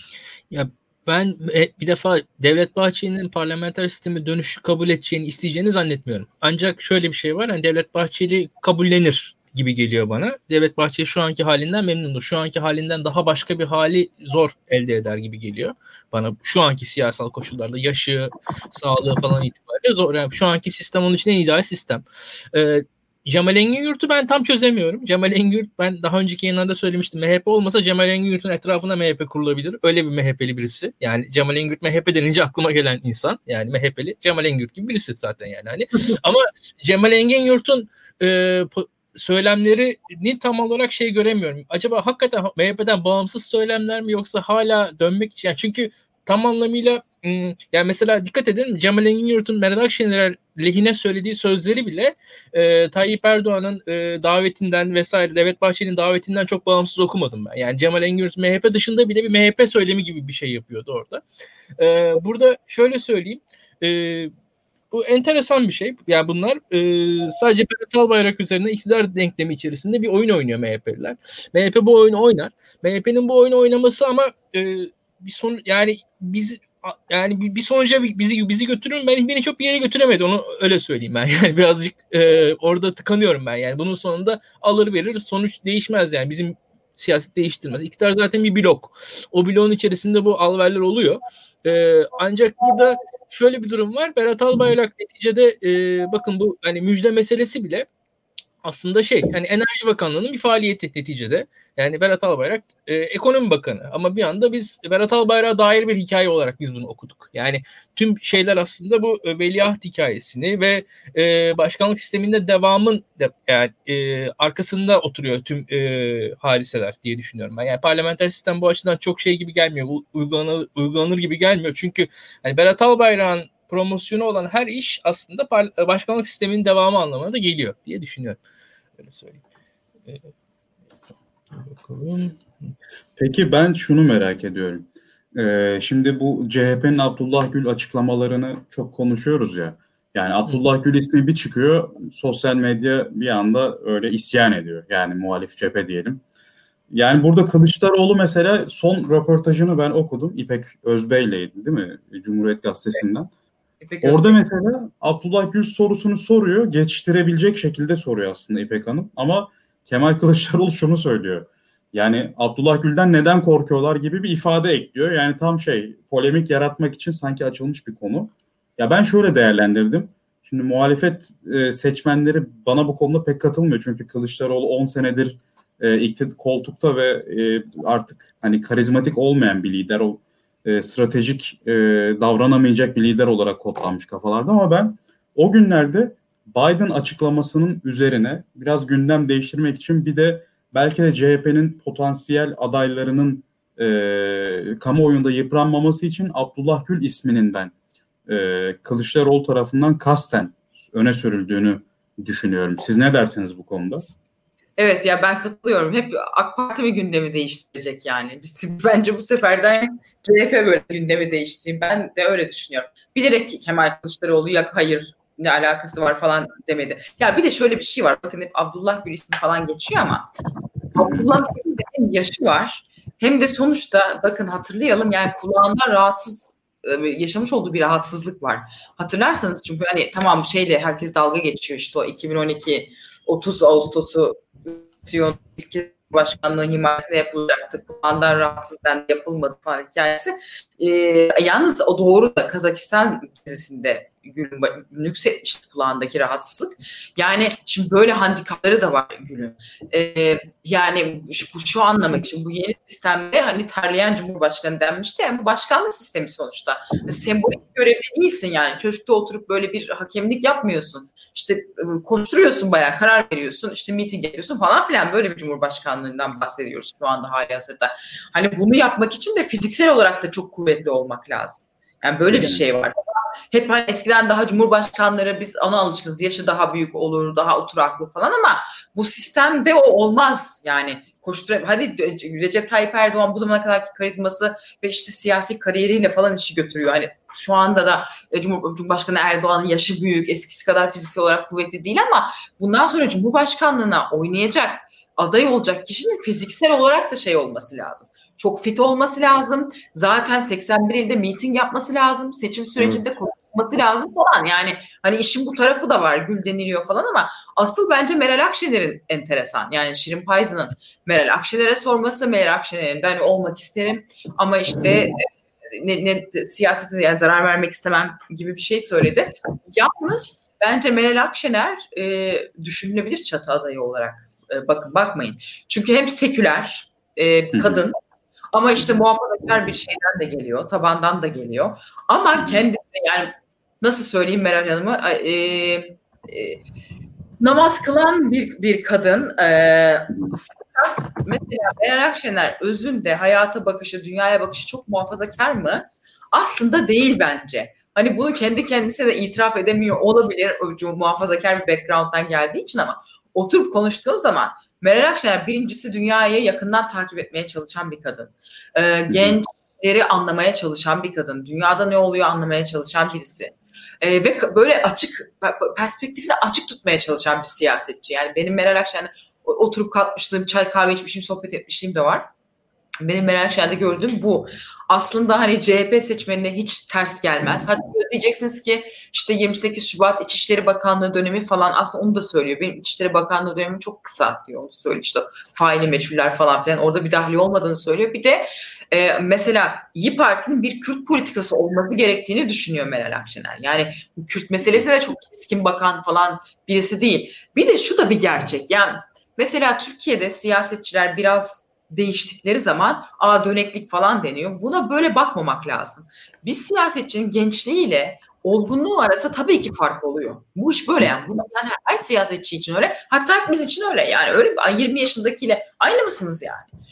Ya ben bir defa Devlet Bahçeli'nin parlamenter sisteme dönüşü kabul edeceğini, isteyeceğini zannetmiyorum. Ancak şöyle bir şey var. Yani Devlet Bahçeli kabullenir gibi geliyor bana. Devlet Bahçeli şu anki halinden memnundur. Şu anki halinden daha başka bir hali zor elde eder gibi geliyor bana. Şu anki siyasal koşullarda yaşı, sağlığı falan itibariyle zor. Yani şu anki sistem onun için en ideal sistem. Cemal Engin Yurt'u ben tam çözemiyorum. Cemal Engin Yurt, ben daha önceki yayınlarda söylemiştim. MHP olmasa Cemal Engin Yurt'un etrafına MHP kurulabilir. Öyle bir MHP'li birisi. Yani Cemal Engin Yurt MHP denince aklıma gelen insan. Yani MHP'li Cemal Engin Yurt gibi birisi zaten yani. Hani. Ama Cemal Engin Yurt'un söylemlerini tam olarak şey göremiyorum. Acaba hakikaten MHP'den bağımsız söylemler mi yoksa hala dönmek için? Yani çünkü tam anlamıyla yani mesela dikkat edin Cemal Engin Yurt'un Meral Akşener lehine söylediği sözleri bile Tayyip Erdoğan'ın davetinden vesaire Devlet Bahçeli'nin davetinden çok bağımsız okumadım ben. Yani Cemal Engin Yurt MHP dışında bile bir MHP söylemi gibi bir şey yapıyordu orada. Burada şöyle söyleyeyim. Bu enteresan bir şey. Yani bunlar sadece Berat Albayrak üzerine iktidar denklemi içerisinde bir oyun oynuyor MHP'liler. MHP bu oyunu oynar. MHP'nin bu oyunu oynaması ama bir son yani bir sonuca bizi götürür. Beni çok bir yere götüremedi. Onu öyle söyleyeyim ben. Yani birazcık orada tıkanıyorum ben. Yani bunun sonunda alır verir. Sonuç değişmez yani. Bizim siyaset değiştirmez. İktidar zaten bir blok. O bloğun içerisinde bu alverler oluyor. Ancak burada şöyle bir durum var. Berat Albayrak neticede bakın bu hani müjde meselesi bile aslında hani Enerji Bakanlığı'nın bir faaliyeti neticede. Yani Berat Albayrak Ekonomi Bakanı ama bir anda biz Berat Albayrak'a dair bir hikaye olarak biz bunu okuduk. Yani tüm şeyler aslında bu veliaht hikayesini ve başkanlık sisteminde devamın yani, arkasında oturuyor tüm hadiseler diye düşünüyorum ben. Yani parlamenter sistem bu açıdan çok şey gibi gelmiyor. Uygulanır gibi gelmiyor. Çünkü hani Berat Albayrak'ın promosyonu olan her iş aslında başkanlık sisteminin devamı anlamına da geliyor diye düşünüyorum. Öyle söyleyeyim. Bakalım. Peki ben şunu merak ediyorum. Şimdi bu CHP'nin Abdullah Gül açıklamalarını çok konuşuyoruz ya. Yani Abdullah Gül ismi bir çıkıyor, sosyal medya bir anda öyle isyan ediyor. Yani muhalif cephe diyelim. Yani burada Kılıçdaroğlu mesela son röportajını ben okudum. İpek Özbey'leydi değil mi? Cumhuriyet Gazetesi'nden. Orada mesela Abdullah Gül sorusunu soruyor. Geçiştirebilecek şekilde soruyor aslında İpek Hanım. Ama Kemal Kılıçdaroğlu şunu söylüyor. Yani Abdullah Gül'den neden korkuyorlar gibi bir ifade ekliyor. Yani tam polemik yaratmak için sanki açılmış bir konu. Ya ben şöyle değerlendirdim. Şimdi muhalefet seçmenleri bana bu konuda pek katılmıyor. Çünkü Kılıçdaroğlu 10 senedir koltukta ve artık hani karizmatik olmayan bir lider. stratejik davranamayacak bir lider olarak kodlanmış kafalarda, ama ben o günlerde Biden açıklamasının üzerine biraz gündem değiştirmek için bir de belki de CHP'nin potansiyel adaylarının kamuoyunda yıpranmaması için Abdullah Gül isminin ben Kılıçdaroğlu tarafından kasten öne sürüldüğünü düşünüyorum. Siz ne dersiniz bu konuda? Evet ya, ben katılıyorum. Hep AK Parti mi gündemi değiştirecek yani? Bence bu seferden CHP böyle gündemi değiştireyim. Ben de öyle düşünüyorum. Bilerek Kemal Kılıçdaroğlu ya hayır ne alakası var falan demedi. Ya bir de şöyle bir şey var. Bakın hep Abdullah Gül ismi falan geçiyor ama Abdullah Gül'ün de hem yaşı var hem de sonuçta bakın hatırlayalım yani kulağından rahatsız yaşamış olduğu bir rahatsızlık var. Hatırlarsanız çünkü hani tamam şeyle herkes dalga geçiyor işte o 2012 30 Ağustos'u ülke başkanlığı himayesinde yapılacaktı. Kulağından rahatsızdan yapılmadı falan hikayesi. Yalnız o doğru da Kazakistan gezisinde Gül'ün nüksetmişti kulağındaki rahatsızlık. Yani şimdi böyle handikapları da var Gül'ün. Yani şu anlamak için bu yeni sistemde hani terleyen Cumhurbaşkanı denmişti. Yani bu başkanlık sistemi sonuçta. Sembolik görevli değilsin yani. Köşkte oturup böyle bir hakemlik yapmıyorsun. İşte koşturuyorsun bayağı, karar veriyorsun. İşte miting yapıyorsun falan filan. Böyle bir Cumhurbaşkanlığından bahsediyoruz şu anda halihazırda. Hani bunu yapmak için de fiziksel olarak da çok kuvvetli olmak lazım. Yani böyle bir şey var. Hep hani eskiden daha cumhurbaşkanları biz ona alışkınız. Yaşı daha büyük olur, daha oturaklı falan ama bu sistemde o olmaz. Yani hadi Recep Tayyip Erdoğan bu zamana kadarki karizması ve işte siyasi kariyeriyle falan işi götürüyor. Hani şu anda da Cumhurbaşkanı Erdoğan'ın yaşı büyük, eskisi kadar fiziksel olarak kuvvetli değil ama bundan sonra Cumhurbaşkanlığına oynayacak, aday olacak kişinin fiziksel olarak da şey olması lazım. Çok fit olması lazım. Zaten 81 ilde miting yapması lazım. Seçim sürecinde konuşması lazım falan. Yani hani işin bu tarafı da var. Gül deniliyor falan ama asıl bence Meral Akşener'in enteresan. Yani Şirin Payzı'nın Meral Akşener'e sorması, Meral Akşener'in de hani olmak isterim ama işte siyasete yani zarar vermek istemem gibi bir şey söyledi. Yalnız bence Meral Akşener düşünülebilir çatı adayı olarak. Bakmayın. Çünkü hem seküler, kadın ama işte muhafazakar bir şeyden de geliyor, tabandan da geliyor. Ama kendisi yani nasıl söyleyeyim Meral Hanım'ı namaz kılan bir kadın fakat mesela Meral Akşener özünde hayata bakışı, dünyaya bakışı çok muhafazakar mı? Aslında değil bence. Hani bunu kendi kendisine de itiraf edemiyor olabilir muhafazakar bir background'dan geldiği için ama oturup konuştuğu zaman Meral Akşener birincisi dünyayı yakından takip etmeye çalışan bir kadın. Gençleri anlamaya çalışan bir kadın. Dünyada ne oluyor anlamaya çalışan birisi. Ve böyle açık, perspektifi de açık tutmaya çalışan bir siyasetçi. Yani benim Meral Akşener'le oturup kalkmışlığım, çay kahve içmişim, sohbet etmişliğim de var. Benim Meral Akşener'de gördüğüm bu. Aslında hani CHP seçmenine hiç ters gelmez. Hatta diyeceksiniz ki işte 28 Şubat İçişleri Bakanlığı dönemi falan aslında onu da söylüyor. Benim İçişleri Bakanlığı dönemi çok kısa diyor. Onu söylüyor işte faili meçhuller falan filan. Orada bir dahli olmadığını söylüyor. Bir de mesela İYİ Parti'nin bir Kürt politikası olması gerektiğini düşünüyor Meral Akşener. Yani bu Kürt meselesine de çok keskin bakan falan birisi değil. Bir de şu da bir gerçek. Yani mesela Türkiye'de siyasetçiler biraz değiştikleri zaman döneklik falan deniyor. Buna böyle bakmamak lazım. Bir siyasetçinin gençliğiyle olgunluğu arasında tabii ki fark oluyor. Bu iş böyle yani. Yani her siyasetçi için öyle. Hatta hepimiz için öyle. Yani öyle 20 yaşındakiyle aynı mısınız yani?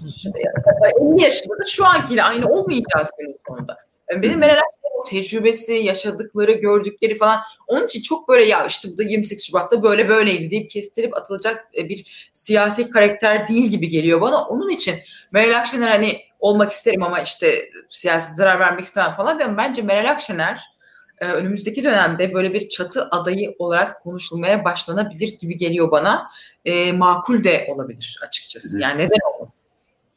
50 yaşında da şu ankiyle aynı olmayacağız günün sonunda. Benim Meral Akşener'in o tecrübesi, yaşadıkları, gördükleri falan onun için çok böyle ya işte bu da 28 Şubat'ta böyleydi deyip kestirip atılacak bir siyasi karakter değil gibi geliyor bana. Onun için Meral Akşener hani olmak isterim ama işte siyasi zarar vermek istemem falan diyorum. Bence Meral Akşener önümüzdeki dönemde böyle bir çatı adayı olarak konuşulmaya başlanabilir gibi geliyor bana. Makul de olabilir açıkçası. Yani neden olmasın?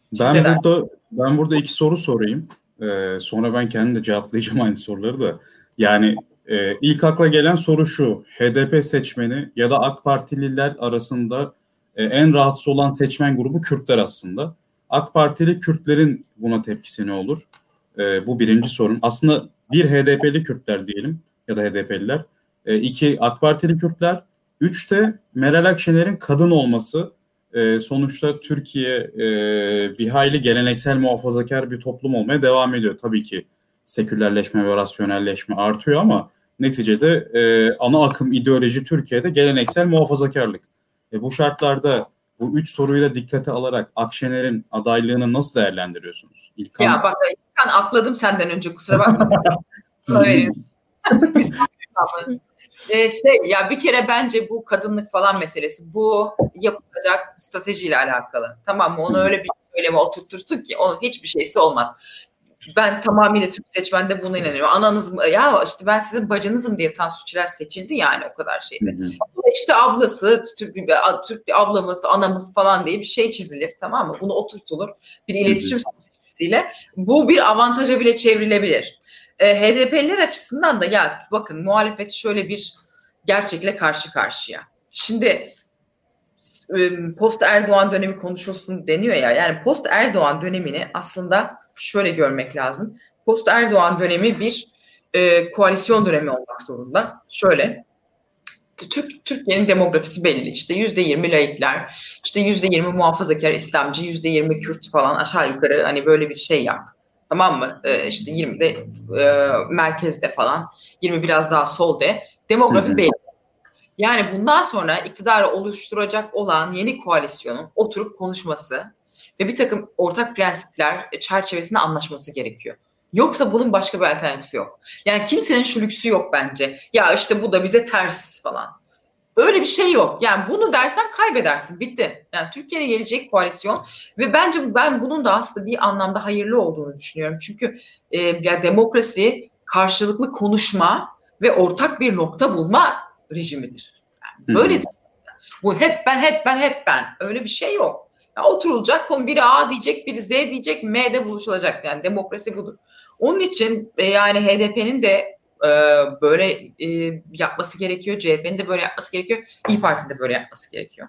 Ben burada iki soru sorayım. Sonra ben kendim de cevaplayacağım aynı soruları da. Yani ilk akla gelen soru şu. HDP seçmeni ya da AK Partililer arasında en rahatsız olan seçmen grubu Kürtler aslında. AK Partili Kürtlerin buna tepkisi ne olur? Bu birinci sorum. Aslında bir HDP'li Kürtler diyelim ya da HDP'liler. İki AK Partili Kürtler. Üç de Meral Akşener'in kadın olması sonuçta Türkiye bir hayli geleneksel muhafazakar bir toplum olmaya devam ediyor. Tabii ki sekülerleşme ve rasyonelleşme artıyor ama neticede ana akım ideoloji Türkiye'de geleneksel muhafazakarlık. Bu şartlarda bu 3 soruyu da dikkate alarak Akşener'in adaylığını nasıl değerlendiriyorsunuz? İlkan... Ya bak İlkan atladım senden önce, kusura bakma. Ya bir kere bence bu kadınlık falan meselesi, bu yapılacak stratejiyle alakalı. Tamam mı? Onu öyle bir söyleme oturtursun ki onun hiçbir şeysi olmaz. Ben tamamıyla Türk seçmende buna inanıyorum. Ananız mı? Ya işte ben sizin bacınızım diye Tansu Çiller seçildi yani, o kadar şeydi. İşte ablası, Türk bir ablamız, anamız falan diye bir şey çizilir, tamam mı? Bunu oturtulur bir iletişim stratejisiyle. Bu bir avantaja bile çevrilebilir. HDP'liler açısından da ya bakın, muhalefet şöyle bir gerçekle karşı karşıya. Şimdi post Erdoğan dönemi konuşulsun deniyor ya. Yani post Erdoğan dönemini aslında şöyle görmek lazım. Post Erdoğan dönemi bir koalisyon dönemi olmak zorunda. Şöyle, Türkiye'nin demografisi belli. İşte %20 laikler, işte %20 muhafazakar İslamcı, %20 Kürt falan, aşağı yukarı hani böyle bir şey yap. Tamam mı? İşte 20'de merkezde falan, 20 biraz daha solde. Demografi belli. Yani bundan sonra iktidarı oluşturacak olan yeni koalisyonun oturup konuşması ve bir takım ortak prensipler çerçevesinde anlaşması gerekiyor. Yoksa bunun başka bir alternatifi yok. Yani kimsenin şu lüksü yok bence. Ya işte bu da bize ters falan. Öyle bir şey yok. Yani bunu dersen kaybedersin. Bitti. Yani Türkiye'ye gelecek koalisyon ve bence ben bunun da aslında bir anlamda hayırlı olduğunu düşünüyorum. Çünkü ya demokrasi karşılıklı konuşma ve ortak bir nokta bulma rejimidir. Yani böyledir. Bu hep ben. Öyle bir şey yok. Ya oturulacak, konu biri A diyecek, biri Z diyecek, M'de buluşulacak. Yani demokrasi budur. Onun için yani HDP'nin de böyle yapması gerekiyor. CHP'nin de böyle yapması gerekiyor. İYİ Parti'nin de böyle yapması gerekiyor.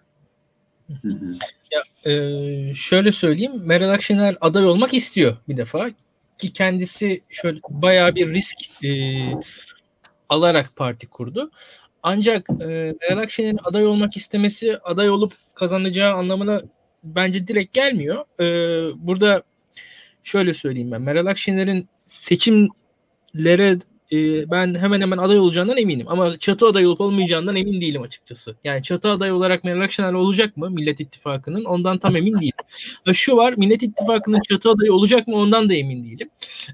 Ya, şöyle söyleyeyim. Meral Akşener aday olmak istiyor bir defa. Ki kendisi şöyle bayağı bir risk alarak parti kurdu. Ancak Meral Akşener'in aday olmak istemesi aday olup kazanacağı anlamına bence direkt gelmiyor. Burada şöyle söyleyeyim ben. Meral Akşener'in seçimlere ben hemen hemen aday olacağından eminim. Ama çatı aday olup olmayacağından emin değilim açıkçası. Yani çatı aday olarak Meral Akşener olacak mı Millet İttifakı'nın? Ondan tam emin değilim. Şu var, Millet İttifakı'nın çatı adayı olacak mı? Ondan da emin değilim.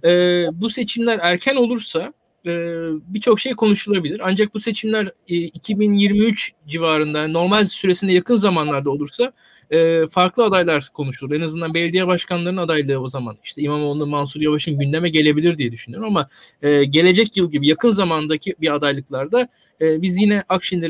Bu seçimler erken olursa birçok şey konuşulabilir. Ancak bu seçimler 2023 civarında, normal süresinde yakın zamanlarda olursa farklı adaylar konuşulur. En azından belediye başkanlarının adaylığı o zaman işte İmamoğlu, Mansur Yavaş'ın gündeme gelebilir diye düşünüyorum ama gelecek yıl gibi yakın zamandaki bir adaylıklarda biz yine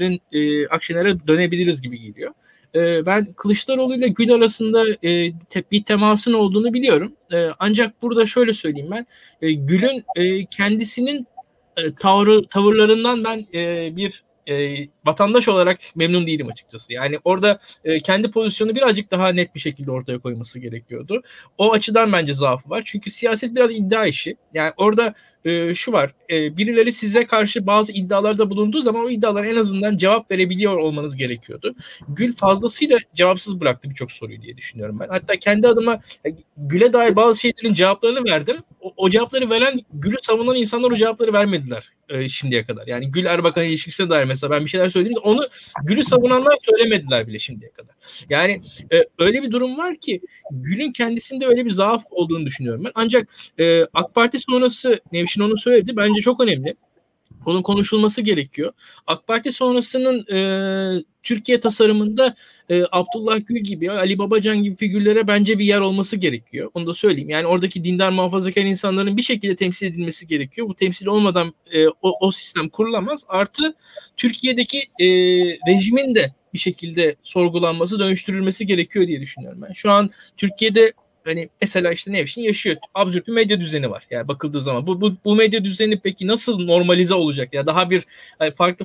Akşener'e dönebiliriz gibi geliyor. Ben Kılıçdaroğlu ile Gül arasında bir temasın olduğunu biliyorum. Ancak burada şöyle söyleyeyim ben. Gül'ün kendisinin tavırlarından ben bir vatandaş olarak memnun değilim açıkçası. Yani orada kendi pozisyonu birazcık daha net bir şekilde ortaya koyması gerekiyordu. O açıdan bence zaafı var. Çünkü siyaset biraz iddia işi. Yani orada şu var. Birileri size karşı bazı iddialarda bulunduğu zaman o iddialara en azından cevap verebiliyor olmanız gerekiyordu. Gül fazlasıyla cevapsız bıraktı birçok soruyu diye düşünüyorum ben. Hatta kendi adıma Gül'e dair bazı şeylerin cevaplarını verdim. O cevapları veren, Gül'ü savunan insanlar o cevapları vermediler şimdiye kadar. Yani Gül Erbakan ilişkisine dair mesela ben bir şeyler söylediğimde onu Gül'ü savunanlar söylemediler bile şimdiye kadar. Yani öyle bir durum var ki Gül'ün kendisinde öyle bir zaaf olduğunu düşünüyorum ben. Ancak AK Parti sonrası Nevşin onu söyledi. Bence çok önemli. Onun konuşulması gerekiyor. AK Parti sonrasının Türkiye tasarımında Abdullah Gül gibi, Ali Babacan gibi figürlere bence bir yer olması gerekiyor. Onu da söyleyeyim. Yani oradaki dindar muhafazakar insanların bir şekilde temsil edilmesi gerekiyor. Bu temsil olmadan o sistem kurulamaz. Artı Türkiye'deki rejimin de bir şekilde sorgulanması, dönüştürülmesi gerekiyor diye düşünüyorum ben. Şu an Türkiye'de hani mesela işte Nevşin yaşıyor. Absürt bir medya düzeni var. Yani bakıldığı zaman bu medya düzeni peki nasıl normalize olacak? Ya daha bir farklı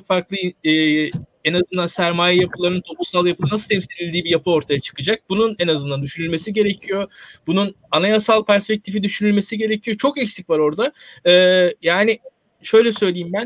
en azından sermaye yapılarının toplumsal yapı nasıl temsil edildiği bir yapı ortaya çıkacak. Bunun en azından düşünülmesi gerekiyor. Bunun anayasal perspektifi düşünülmesi gerekiyor. Çok eksik var orada. Yani şöyle söyleyeyim ben.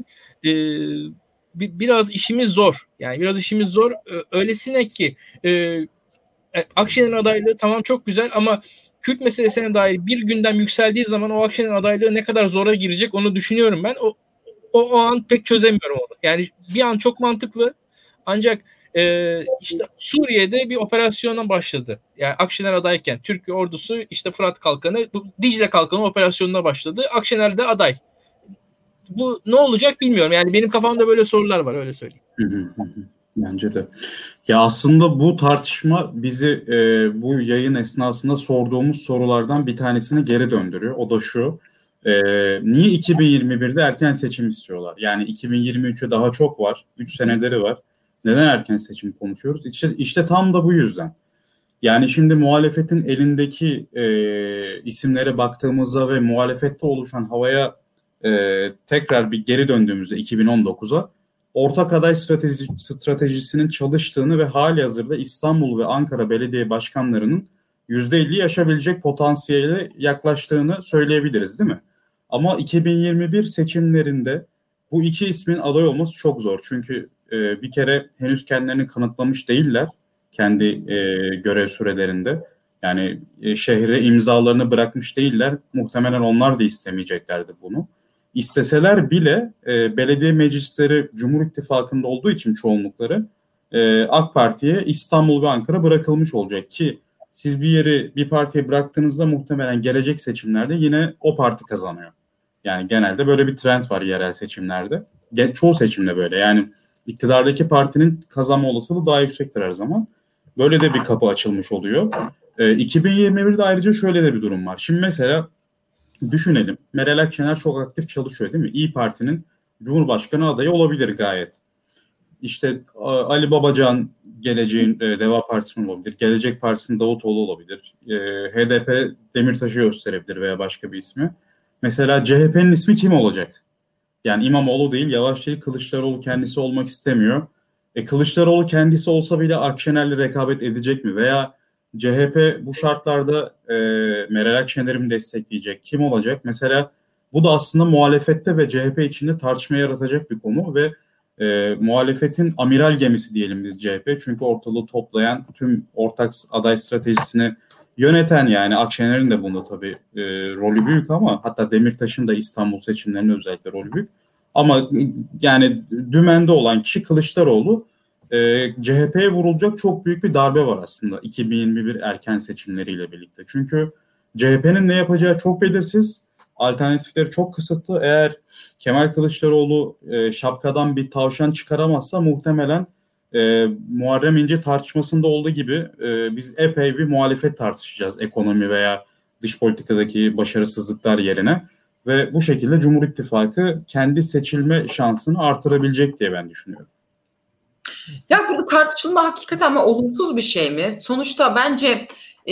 Biraz işimiz zor. Yani biraz işimiz zor. Öylesine ki Akşener'in adaylığı tamam çok güzel ama Kürt meselesine dair bir gündem yükseldiği zaman o Akşener'in adaylığı ne kadar zora girecek onu düşünüyorum ben. O an pek çözemiyorum onu. Yani bir an çok mantıklı ancak işte Suriye'de bir operasyona başladı. Yani Akşener adayken Türkiye ordusu işte Fırat Kalkanı, Dicle Kalkanı operasyonuna başladı. Akşener de aday. Bu ne olacak bilmiyorum. Yani benim kafamda böyle sorular var, öyle söyleyeyim. Bence de. Ya aslında bu tartışma bizi bu yayın esnasında sorduğumuz sorulardan bir tanesine geri döndürüyor. O da şu. Niye 2021'de erken seçim istiyorlar? Yani 2023'e daha çok var. 3 seneleri var. Neden erken seçim konuşuyoruz? İşte tam da bu yüzden. Yani şimdi muhalefetin elindeki isimlere baktığımızda ve muhalefette oluşan havaya tekrar bir geri döndüğümüzde 2019'a ortak aday stratejisinin çalıştığını ve halihazırda İstanbul ve Ankara belediye başkanlarının %50'yi aşabilecek potansiyele yaklaştığını söyleyebiliriz, değil mi? Ama 2021 seçimlerinde bu iki ismin aday olması çok zor. Çünkü bir kere henüz kendilerini kanıtlamış değiller kendi görev sürelerinde. Yani şehre imzalarını bırakmış değiller. Muhtemelen onlar da istemeyeceklerdi bunu. İsteseler bile belediye meclisleri Cumhur İttifakı'nda olduğu için çoğunlukları AK Parti'ye İstanbul ve Ankara bırakılmış olacak ki siz bir partiye bıraktığınızda muhtemelen gelecek seçimlerde yine o parti kazanıyor. Yani genelde böyle bir trend var yerel seçimlerde. Çoğu seçimde böyle. Yani iktidardaki partinin kazanma olasılığı daha yüksektir her zaman. Böyle de bir kapı açılmış oluyor. 2021'de ayrıca şöyle de bir durum var. Şimdi mesela düşünelim. Meral Akşener çok aktif çalışıyor, değil mi? İYİ Parti'nin Cumhurbaşkanı adayı olabilir gayet. İşte Ali Babacan geleceğin Deva Partisi'nin olabilir. Gelecek Partisi'nin Davutoğlu olabilir. HDP Demirtaş'ı gösterebilir veya başka bir ismi. Mesela CHP'nin ismi kim olacak? Yani İmamoğlu değil, Yavaş değil, Kılıçdaroğlu kendisi olmak istemiyor. Kılıçdaroğlu kendisi olsa bile Akşener'le rekabet edecek mi? Veya CHP bu şartlarda Meral Akşener'i mi destekleyecek? Kim olacak? Mesela bu da aslında muhalefette ve CHP içinde tartışma yaratacak bir konu ve muhalefetin amiral gemisi diyelim biz CHP. Çünkü ortalığı toplayan, tüm ortak aday stratejisini yöneten, yani Akşener'in de bunda tabii rolü büyük ama hatta Demirtaş'ın da İstanbul seçimlerinde özellikle rolü büyük. Ama yani dümende olan kişi Kılıçdaroğlu. CHP'ye vurulacak çok büyük bir darbe var aslında 2021 erken seçimleriyle birlikte. Çünkü CHP'nin ne yapacağı çok belirsiz, alternatifleri çok kısıtlı. Eğer Kemal Kılıçdaroğlu şapkadan bir tavşan çıkaramazsa muhtemelen Muharrem İnce tartışmasında olduğu gibi biz epey bir muhalefet tartışacağız ekonomi veya dış politikadaki başarısızlıklar yerine. Ve bu şekilde Cumhur İttifakı kendi seçilme şansını artırabilecek diye ben düşünüyorum. Ya burada tartışılma hakikaten ama olumsuz bir şey mi? Sonuçta bence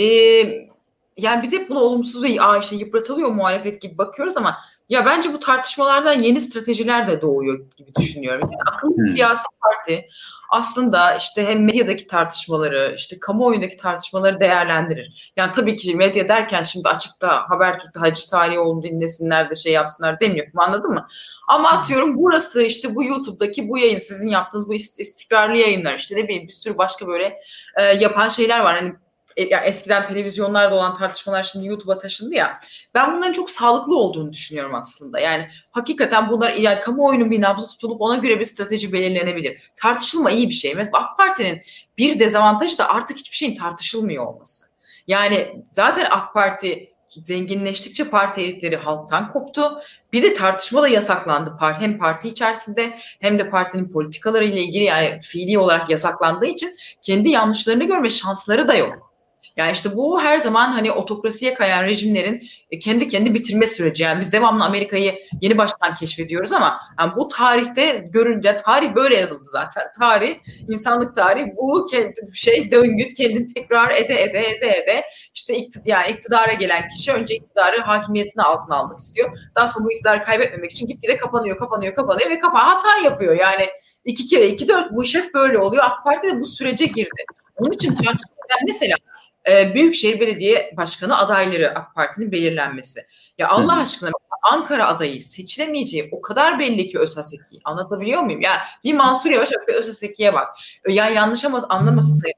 yani biz hep buna olumsuz ve işte yıpratılıyor muhalefet gibi bakıyoruz ama ya bence bu tartışmalardan yeni stratejiler de doğuyor gibi düşünüyorum. Yani akıllı bir siyasi parti aslında işte hem medyadaki tartışmaları, işte kamuoyundaki tartışmaları değerlendirir. Yani tabii ki medya derken şimdi açıkta Habertürk'te Hacı Salioğlu'nu dinlesinler de şey yapsınlar demiyorum, anladın mı? Ama atıyorum burası işte bu YouTube'daki bu yayın, sizin yaptığınız bu istikrarlı yayınlar, işte ne bileyim bir sürü başka böyle yapan şeyler var. Hani yani eskiden televizyonlarda olan tartışmalar şimdi YouTube'a taşındı ya. Ben bunların çok sağlıklı olduğunu düşünüyorum aslında. Yani hakikaten bunlar, yani kamuoyunun bir nabzı tutulup ona göre bir strateji belirlenebilir. Tartışılma iyi bir şey. Mesela AK Parti'nin bir dezavantajı da artık hiçbir şeyin tartışılmıyor olması. Yani zaten AK Parti zenginleştikçe parti elitleri halktan koptu. Bir de tartışma da yasaklandı. Hem parti içerisinde hem de partinin politikaları ile ilgili, yani fiili olarak yasaklandığı için kendi yanlışlarını görme şansları da yok. Yani işte bu her zaman hani otokrasiye kayan rejimlerin kendi bitirme süreci. Yani biz devamlı Amerika'yı yeni baştan keşfediyoruz ama yani bu tarihte görünce, tarih böyle yazıldı zaten. Tarih, insanlık tarihi bu döngü kendini tekrar ede işte iktidara gelen kişi önce iktidarı hakimiyetini altına almak istiyor. Daha sonra bu iktidarı kaybetmemek için gitgide kapanıyor ve hata yapıyor. Yani 2 kere 2 4 bu iş hep böyle oluyor. AK Parti de bu sürece girdi. Onun için tartışmalar mesela Büyükşehir Belediye Başkanı adayları AK Parti'nin belirlenmesi. Ya Allah aşkına Ankara adayı seçilemeyeceği o kadar belli ki Özhaseki. Anlatabiliyor muyum? Ya bir Mansur Yavaş bir Özhaseki'ye bak. Yani yanlış anlamasın Sayın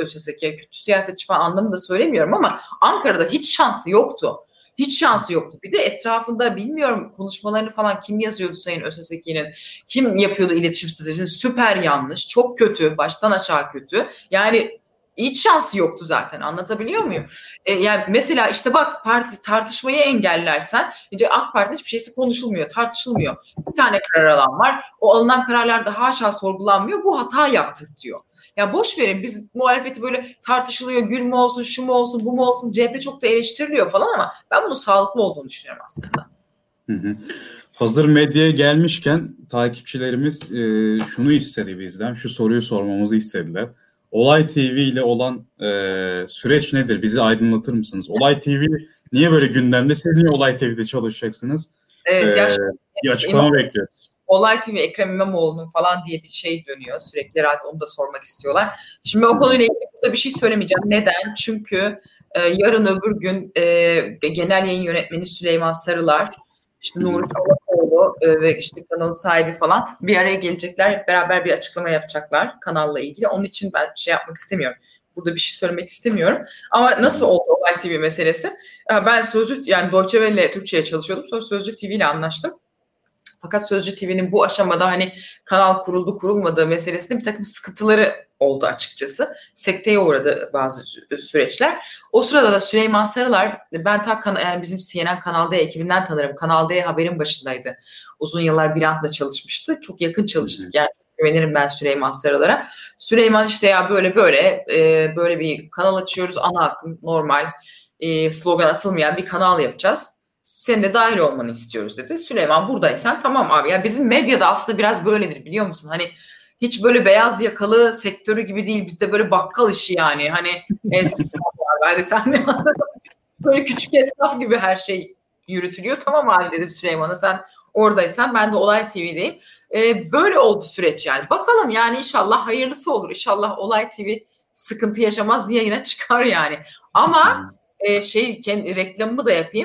ÖSSK, kötü siyasetçi falan anlamında söylemiyorum ama Ankara'da hiç şansı yoktu. Hiç şansı yoktu. Bir de etrafında bilmiyorum konuşmalarını falan kim yazıyordu Sayın ÖSSK'nin, kim yapıyordu iletişim stratejisini, süper yanlış, çok kötü, baştan aşağı kötü. Yani hiç şansı yoktu zaten, anlatabiliyor muyum? Yani mesela işte bak, parti tartışmayı engellersen AK Parti hiçbir şeysi konuşulmuyor, tartışılmıyor. Bir tane karar alan var, o alınan kararlar daha aşağı sorgulanmıyor, bu hata yaptık diyor. Ya boş verin, biz muhalefeti böyle tartışılıyor, gül mü olsun, şu mu olsun, bu mu olsun, CHP çok da eleştiriliyor falan ama ben bunun sağlıklı olduğunu düşünüyorum aslında. Hazır medyaya gelmişken takipçilerimiz şunu istedi bizden, şu soruyu sormamızı istediler. Olay TV ile olan süreç nedir? Bizi aydınlatır mısınız? Olay TV niye böyle gündemde? Siz niye Olay TV'de çalışacaksınız? Evet, bir açıklama bekliyoruz. Olay TV Ekrem İmamoğlu'nun falan diye bir şey dönüyor. Sürekli herhalde onu da sormak istiyorlar. Şimdi o konuyla ilgili burada bir şey söylemeyeceğim. Neden? Çünkü yarın öbür gün genel yayın yönetmeni Süleyman Sarılar, işte Nuri Çolakoğlu ve işte kanalın sahibi falan bir araya gelecekler. Hep beraber bir açıklama yapacaklar kanalla ilgili. Onun için ben bir şey yapmak istemiyorum. Burada bir şey söylemek istemiyorum. Ama nasıl oldu Olay TV meselesi? Ben Sözcü, yani Deutsche Welle Türkçe'ye çalışıyordum. Sonra Sözcü TV ile anlaştım. Fakat Sözcü TV'nin bu aşamada hani kanal kuruldu kurulmadığı meselesinde bir takım sıkıntıları oldu açıkçası. Sekteye uğradı bazı süreçler. O sırada da Süleyman Sarılar, ben yani bizim CNN Kanal D ekibinden tanırım. Kanal D haberin başındaydı. Uzun yıllar Bülent'le çalışmıştı. Çok yakın çalıştık yani. Güvenirim ben Süleyman Sarılar'a. Süleyman işte ya böyle bir kanal açıyoruz. Ana akım normal slogan atılmayan bir kanal yapacağız. Senin de dahil olmanı istiyoruz dedi. Süleyman buradaysan tamam abi. Yani bizim medyada aslında biraz böyledir biliyor musun? Hani hiç böyle beyaz yakalı sektörü gibi değil. Bizde böyle bakkal işi yani. Hani hadi sen ne böyle küçük esnaf gibi her şey yürütülüyor. Tamam abi dedim Süleyman'a, sen oradaysan ben de Olay TV'deyim. Böyle oldu süreç yani. Bakalım yani, inşallah hayırlısı olur. İnşallah Olay TV sıkıntı yaşamaz, yayına çıkar yani. Ama reklamımı da yapayım.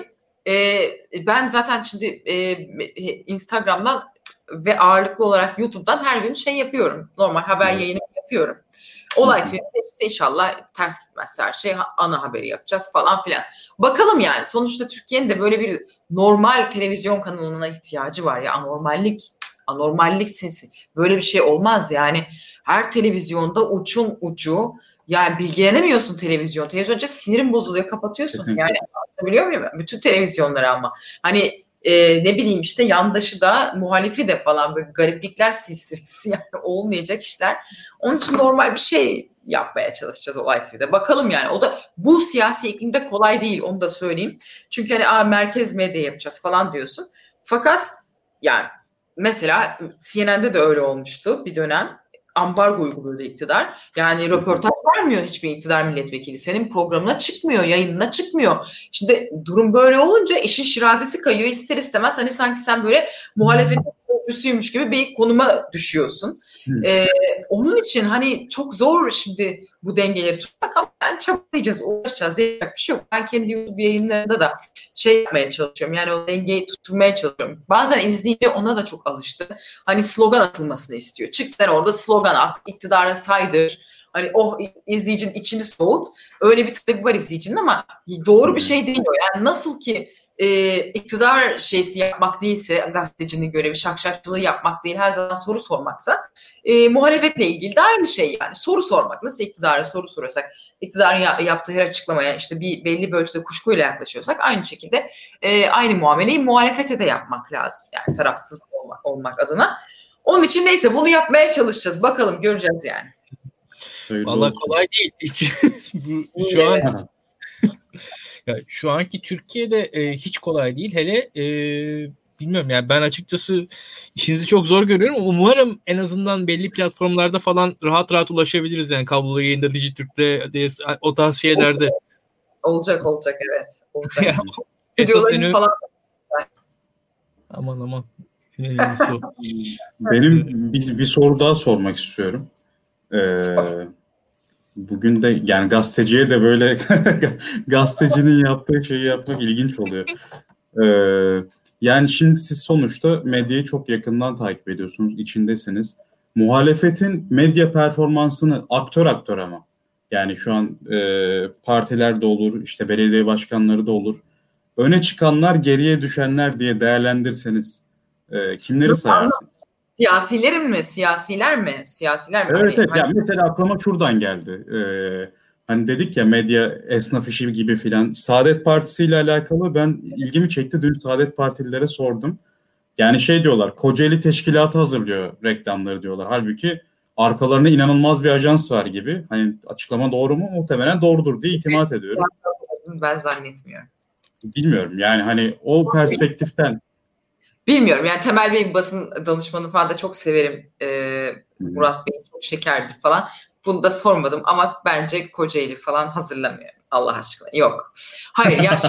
Ben zaten şimdi Instagram'dan ve ağırlıklı olarak YouTube'dan her gün şey yapıyorum. Normal haber yayını yapıyorum. Olay TV'de işte inşallah ters gitmezse her şey ana haberi yapacağız falan filan. Bakalım yani. Sonuçta Türkiye'nin de böyle bir normal televizyon kanalına ihtiyacı var ya. Anormallik sinsi. Böyle bir şey olmaz yani. Her televizyonda uçun ucu. Yani bilgilenemiyorsun televizyon. Televizyonca sinirin bozuluyor, kapatıyorsun. Kesinlikle. Yani anlatabiliyor muyum? Bütün televizyonları ama. Hani ne bileyim işte yandaşı da muhalifi de falan, böyle gariplikler silsilesi yani olmayacak işler. Onun için normal bir şey yapmaya çalışacağız Olay TV'de. Bakalım yani. O da bu siyasi iklimde kolay değil, onu da söyleyeyim. Çünkü hani merkez medya yapacağız falan diyorsun. Fakat yani mesela CNN'de de öyle olmuştu bir dönem. Ambargo uyguluyordu iktidar. Yani röportaj vermiyor hiçbir iktidar milletvekili. Senin programına çıkmıyor, yayınına çıkmıyor. Şimdi durum böyle olunca işin şirazesi kayıyor ister istemez. Hani sanki sen böyle muhalefetin sözcüsüymüş gibi bir konuma düşüyorsun. Onun için hani çok zor şimdi bu dengeleri tutmak ama ben çabalayacağız, uğraşacağız. Yapacak bir şey yok. Ben kendi YouTube yayınlarında da şey yapmaya çalışıyorum. Yani o dengeyi tutturmaya çalışıyorum. Bazen izleyici ona da çok alıştı. Hani slogan atılmasını istiyor. Çık sen orada slogan at, iktidara saydır. Hani izleyicinin içini soğut. Öyle bir talebi var izleyicinin ama doğru bir şey değil o. Yani nasıl ki iktidar şeysi yapmak değilse, gazetecinin görevi şakşakçılığı yapmak değil, her zaman soru sormaksa, muhalefetle ilgili de aynı şey yani. Soru sormak. Nasıl iktidara soru soruyorsak, iktidarın yaptığı her açıklamaya işte bir belli bir ölçüde kuşkuyla yaklaşıyorsak, aynı şekilde aynı muameleyi muhalefete de yapmak lazım. Yani tarafsız olmak adına. Onun için neyse bunu yapmaya çalışacağız. Bakalım, göreceğiz yani. Vallahi kolay değil. Şu an yani şu anki Türkiye'de hiç kolay değil. Hele bilmiyorum yani, ben açıkçası işinizi çok zor görüyorum. Umarım en azından belli platformlarda falan rahat ulaşabiliriz yani, kablolu yayında, Dijitürk'te, o tarz şeylerde. Olacak evet. Olacak. Videolarını falan. Aman. Benim bir soru daha sormak istiyorum. Bugün de yani gazeteciye de böyle gazetecinin yaptığı şeyi yapmak ilginç oluyor. Yani şimdi siz sonuçta medyayı çok yakından takip ediyorsunuz, içindesiniz. Muhalefetin medya performansını aktör ama Yani şu an partiler de olur, işte belediye başkanları da olur. Öne çıkanlar, geriye düşenler diye değerlendirseniz kimleri Yok, sayarsınız? Siyasiler mi? Siyasiler mi? Evet, evet. Hani Yani mesela aklıma şuradan geldi. Hani dedik ya, medya esnaf işi gibi filan. Saadet Partisi ile alakalı ben ilgimi çekti. Dün Saadet Partililere sordum. Yani şey diyorlar, Kocaeli Teşkilatı hazırlıyor reklamları diyorlar. Halbuki arkalarında inanılmaz bir ajans var gibi. Hani açıklama doğru mu? Muhtemelen doğrudur diye itimat ediyorum. ben zannetmiyorum. Bilmiyorum yani, hani o perspektiften. Bilmiyorum yani Temel Bey basın danışmanı falan da çok severim. Murat Bey çok şekerdir falan. Bunu da sormadım ama bence Kocaeli falan hazırlamıyor. Allah aşkına. Yok. Hayır ya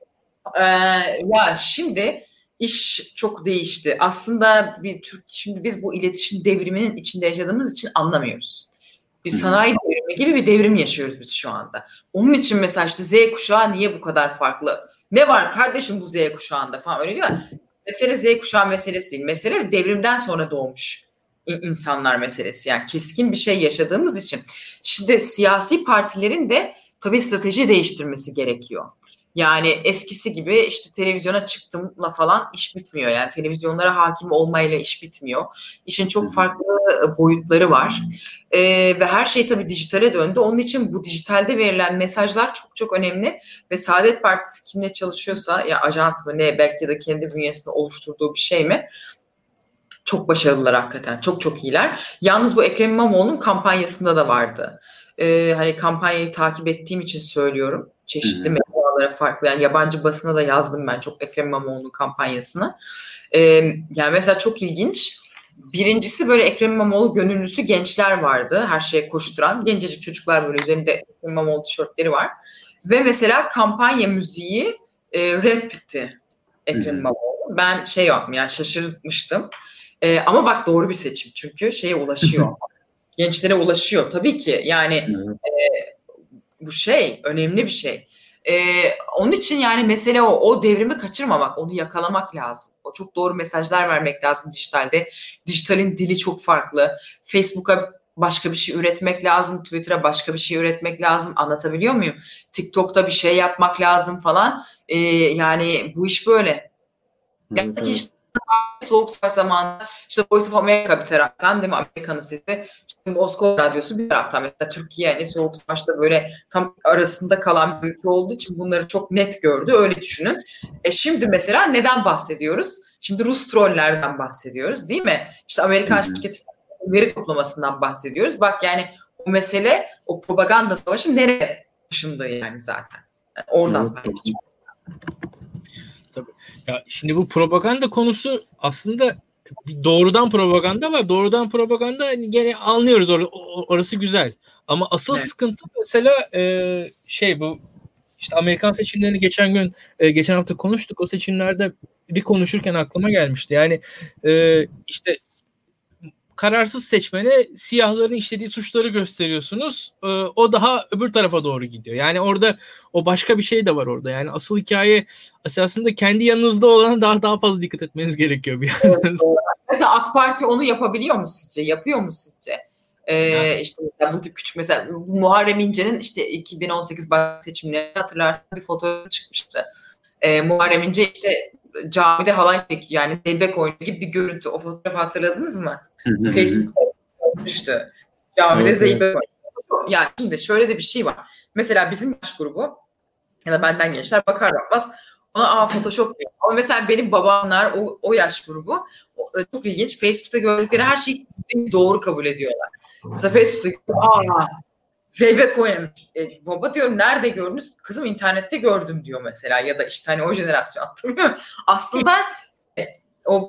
ya şimdi iş çok değişti. Aslında şimdi biz bu iletişim devriminin içinde yaşadığımız için anlamıyoruz. Bir sanayi devrimi gibi bir devrim yaşıyoruz biz şu anda. Onun için mesela işte Z kuşağı niye bu kadar farklı? Ne var kardeşim bu Z kuşağında falan öyle diyorlar. Mesele Z kuşağı meselesi değil. Mesele devrimden sonra doğmuş insanlar meselesi. Yani keskin bir şey yaşadığımız için. Şimdi siyasi partilerin de tabii strateji değiştirmesi gerekiyor. Yani eskisi gibi işte televizyona çıktımla falan iş bitmiyor. Yani televizyonlara hakim olmayla iş bitmiyor. İşin çok farklı boyutları var. Ve her şey tabii dijitale döndü. Onun için bu dijitalde verilen mesajlar çok çok önemli. Ve Saadet Partisi kimle çalışıyorsa, ya ajans mı ne, belki de kendi bünyesinde oluşturduğu bir şey mi, çok başarılılar hakikaten. Çok çok iyiler. Yalnız bu Ekrem İmamoğlu'nun kampanyasında da vardı. Hani kampanyayı takip ettiğim için söylüyorum. Çeşitli mecralara farklı. Yani yabancı basına da yazdım ben çok Ekrem İmamoğlu'nun kampanyasını. Yani mesela çok ilginç. Birincisi böyle Ekrem İmamoğlu gönüllüsü gençler vardı. Her şeye koşturan. Gencecik çocuklar böyle üzerinde Ekrem İmamoğlu tişörtleri var. Ve mesela kampanya müziği rap'ti Ekrem İmamoğlu. Ben şey yaptım yani şaşırmıştım. Ama bak doğru bir seçim çünkü şeye ulaşıyor. Gençlere ulaşıyor tabii ki. Yani bu şey önemli bir şey. Onun için yani mesele o devrimi kaçırmamak, onu yakalamak lazım. O çok doğru mesajlar vermek lazım dijitalde. Dijitalin dili çok farklı. Facebook'a başka bir şey üretmek lazım, Twitter'a başka bir şey üretmek lazım. Anlatabiliyor muyum? TikTok'ta bir şey yapmak lazım falan. Yani bu iş böyle. Evet, Yani evet. işte Soğuk Savaş zamanında işte Voice of America bir taraftan değil mi? Amerika'nın sesi. Şimdi Moskova Radyosu bir taraftan. Mesela Türkiye yani Soğuk Savaş'ta böyle tam arasında kalan bir ülke olduğu için bunları çok net gördü. Öyle düşünün. Şimdi mesela neden bahsediyoruz? Şimdi Rus trollerden bahsediyoruz değil mi? İşte Amerikan şirketi veri toplamasından bahsediyoruz. Bak yani o mesele, o propaganda savaşı nereye taşındı yani zaten. Yani oradan Evet. Tabii. Ya şimdi bu propaganda konusu aslında bir doğrudan propaganda var. Doğrudan propaganda hani gene anlıyoruz, orası güzel. Ama asıl Evet. sıkıntı mesela bu işte Amerikan seçimlerini geçen hafta konuştuk. O seçimlerde bir konuşurken aklıma gelmişti. Yani işte kararsız seçmene siyahların işlediği suçları gösteriyorsunuz. O daha öbür tarafa doğru gidiyor. Yani orada o başka bir şey de var orada. Yani asıl hikaye esasında kendi yanınızda olana daha fazla dikkat etmeniz gerekiyor bir yerden sonra. Mesela AK Parti onu yapabiliyor mu sizce? Yapıyor mu sizce? İşte bu tip küçük mesela Muharrem İnce'nin işte 2018 seçimleri hatırlarsın bir fotoğraf çıkmıştı. Muharrem İnce işte camide halay çekiyor yani zeybek oynuyor gibi bir görüntü. O fotoğrafı hatırladınız mı? Facebook'ta olmuştu. Camide Evet, zeybek oynuyor. Yani şimdi şöyle de bir şey var. Mesela bizim yaş grubu ya da benden gençler bakar bakmaz ona Photoshop diyor. Ama mesela benim babamlar o yaş grubu çok ilginç. Facebook'ta gördükleri her şeyi doğru kabul ediyorlar. Mesela Facebook'ta zeybek oynamış. Baba diyorum nerede gördünüz? Kızım internette gördüm diyor mesela. Ya da işte hani o jenerasyon hatırlıyor. Aslında o